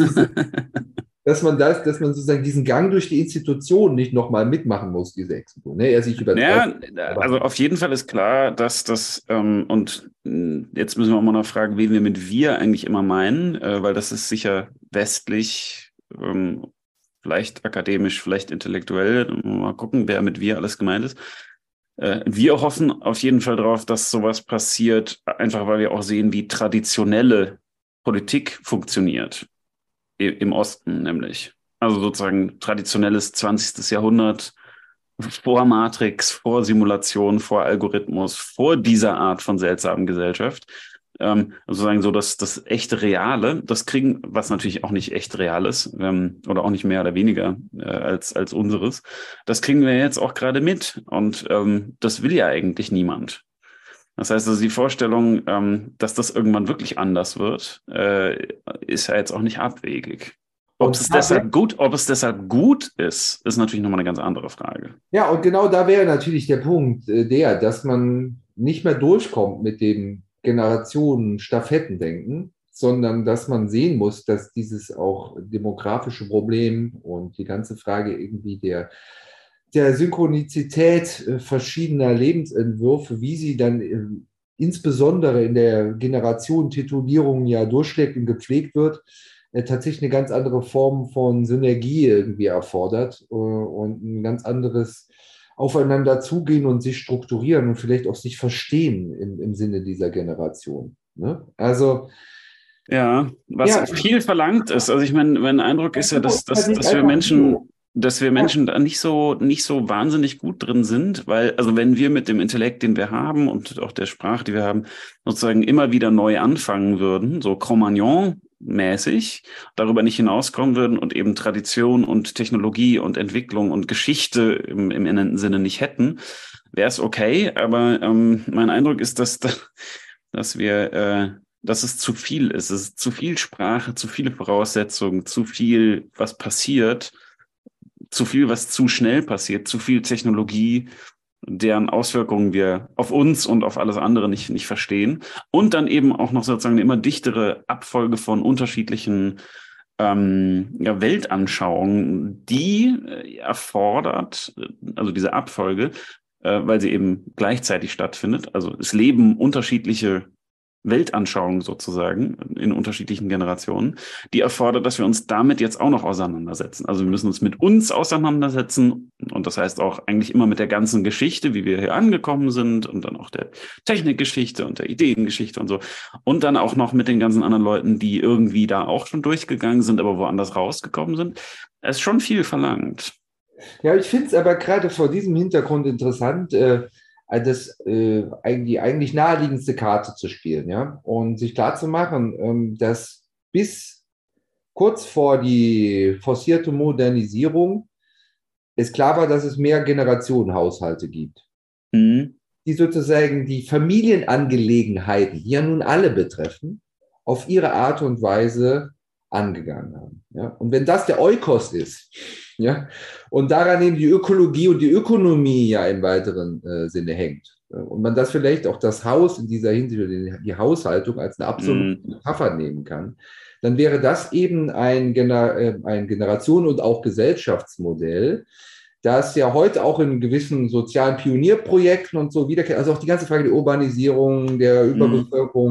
Dass man das, dass man sozusagen diesen Gang durch die Institution nicht nochmal mitmachen muss, diese Exekution. Ne, er sich übertreibt. Ja, also auf jeden Fall ist klar, dass das, ähm, und mh, jetzt müssen wir auch mal noch fragen, wen wir mit wir eigentlich immer meinen, äh, weil das ist sicher westlich, ähm, vielleicht akademisch, vielleicht intellektuell. Mal gucken, wer mit wir alles gemeint ist. Äh, wir hoffen auf jeden Fall darauf, dass sowas passiert, einfach weil wir auch sehen, wie traditionelle Politik funktioniert. Im Osten nämlich. Also sozusagen traditionelles zwanzigstes Jahrhundert, vor Matrix, vor Simulation, vor Algorithmus, vor dieser Art von seltsamen Gesellschaft. Ähm, sozusagen so das, das echte Reale, das kriegen, was natürlich auch nicht echt real ist, ähm, oder auch nicht mehr oder weniger äh, als, als unseres, das kriegen wir jetzt auch gerade mit. Und ähm, das will ja eigentlich niemand. Das heißt also, die Vorstellung, ähm, dass das irgendwann wirklich anders wird, äh, ist ja jetzt auch nicht abwegig. Ob es deshalb gut, ob es deshalb gut ist, ist natürlich nochmal eine ganz andere Frage. Ja, und genau da wäre natürlich der Punkt, äh, der, dass man nicht mehr durchkommt mit dem Generationen-Stafettendenken, sondern dass man sehen muss, dass dieses auch demografische Problem und die ganze Frage irgendwie der der Synchronizität äh, verschiedener Lebensentwürfe, wie sie dann äh, insbesondere in der Generation Titulierung ja durchschlägt und gepflegt wird, äh, tatsächlich eine ganz andere Form von Synergie irgendwie erfordert äh, und ein ganz anderes Aufeinander zugehen und sich strukturieren und vielleicht auch sich verstehen im, im Sinne dieser Generation. Ne? Also ja, was ja, viel verlangt ist. Also ich meine, mein Eindruck ist ja, dass, dass, dass wir Menschen dass wir Menschen da nicht so, nicht so wahnsinnig gut drin sind, weil, also wenn wir mit dem Intellekt, den wir haben und auch der Sprache, die wir haben, sozusagen immer wieder neu anfangen würden, so Cro-Magnon-mäßig, darüber nicht hinauskommen würden und eben Tradition und Technologie und Entwicklung und Geschichte im, im inneren Sinne nicht hätten, wäre es okay, aber ähm, mein Eindruck ist, dass, dass wir, äh, dass es zu viel ist. Es ist zu viel Sprache, zu viele Voraussetzungen, zu viel, was passiert, zu viel, was zu schnell passiert, zu viel Technologie, deren Auswirkungen wir auf uns und auf alles andere nicht, nicht verstehen. Und dann eben auch noch sozusagen eine immer dichtere Abfolge von unterschiedlichen ähm, ja, Weltanschauungen, die äh, erfordert, also diese Abfolge, äh, weil sie eben gleichzeitig stattfindet. Also es leben unterschiedliche Weltanschauung sozusagen in unterschiedlichen Generationen, die erfordert, dass wir uns damit jetzt auch noch auseinandersetzen. Also wir müssen uns mit uns auseinandersetzen und das heißt auch eigentlich immer mit der ganzen Geschichte, wie wir hier angekommen sind und dann auch der Technikgeschichte und der Ideengeschichte und so und dann auch noch mit den ganzen anderen Leuten, die irgendwie da auch schon durchgegangen sind, aber woanders rausgekommen sind. Es ist schon viel verlangt. Ja, ich finde es aber gerade vor diesem Hintergrund interessant, äh, das, äh, die eigentlich naheliegendste Karte zu spielen, ja, und sich klarzumachen, ähm, dass bis kurz vor die forcierte Modernisierung es klar war, dass es mehr Generationenhaushalte gibt, Mhm. die sozusagen die Familienangelegenheiten, die ja nun alle betreffen, auf ihre Art und Weise angegangen haben. Ja? Und wenn das der Oikos ist, ja, und daran eben die Ökologie und die Ökonomie ja im weiteren äh, Sinne hängt, ja? Und man das vielleicht auch das Haus in dieser Hinsicht, die, die Haushaltung als eine absolute Metapher nehmen kann, dann wäre das eben ein, Gener äh, ein Generation- und auch Gesellschaftsmodell, das ja heute auch in gewissen sozialen Pionierprojekten und so wiederkehrt, also auch die ganze Frage der Urbanisierung, der Überbevölkerung,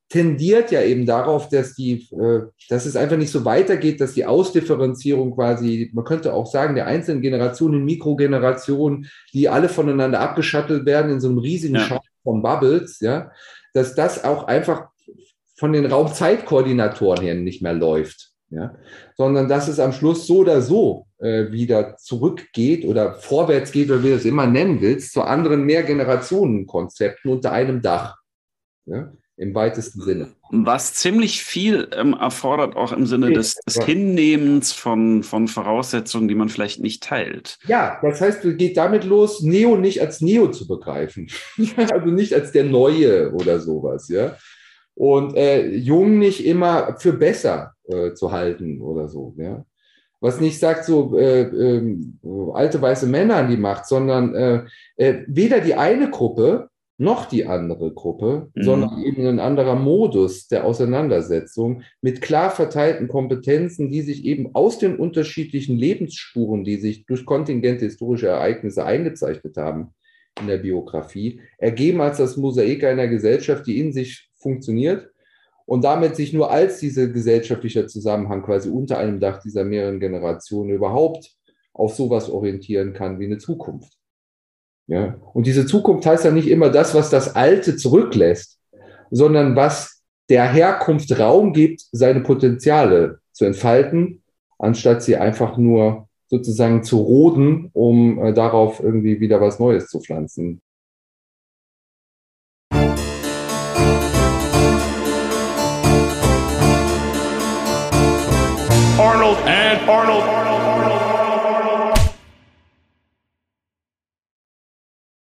tendiert ja eben darauf, dass die, äh, dass es einfach nicht so weitergeht, dass die Ausdifferenzierung quasi, man könnte auch sagen, der einzelnen Generationen, Mikrogenerationen, die alle voneinander abgeschattelt werden in so einem riesigen Ja. Schaum von Bubbles, ja, dass das auch einfach von den Raumzeitkoordinatoren her nicht mehr läuft, ja, sondern dass es am Schluss so oder so äh, wieder zurückgeht oder vorwärts geht, oder wie du es immer nennen willst, zu anderen Mehrgenerationen-Konzepten unter einem Dach, ja, im weitesten Sinne. Was ziemlich viel ähm, erfordert, auch im Sinne des, des Hinnehmens von, von Voraussetzungen, die man vielleicht nicht teilt. Ja, das heißt, es geht damit los, Neo nicht als Neo zu begreifen. Also nicht als der Neue oder sowas, ja. Und äh, Jung nicht immer für besser äh, zu halten oder so, ja. Was nicht sagt, so äh, äh, alte weiße Männer an die Macht, sondern äh, äh, weder die eine Gruppe noch die andere Gruppe, mhm. sondern eben ein anderer Modus der Auseinandersetzung mit klar verteilten Kompetenzen, die sich eben aus den unterschiedlichen Lebensspuren, die sich durch kontingente historische Ereignisse eingezeichnet haben in der Biografie, ergeben als das Mosaik einer Gesellschaft, die in sich funktioniert und damit sich nur als dieser gesellschaftliche Zusammenhang quasi unter einem Dach dieser mehreren Generationen überhaupt auf sowas orientieren kann wie eine Zukunft. Ja, und diese Zukunft heißt ja nicht immer das, was das Alte zurücklässt, sondern was der Herkunft Raum gibt, seine Potenziale zu entfalten, anstatt sie einfach nur sozusagen zu roden, um äh, darauf irgendwie wieder was Neues zu pflanzen. Arnold and Arnold, Arnold, Arnold.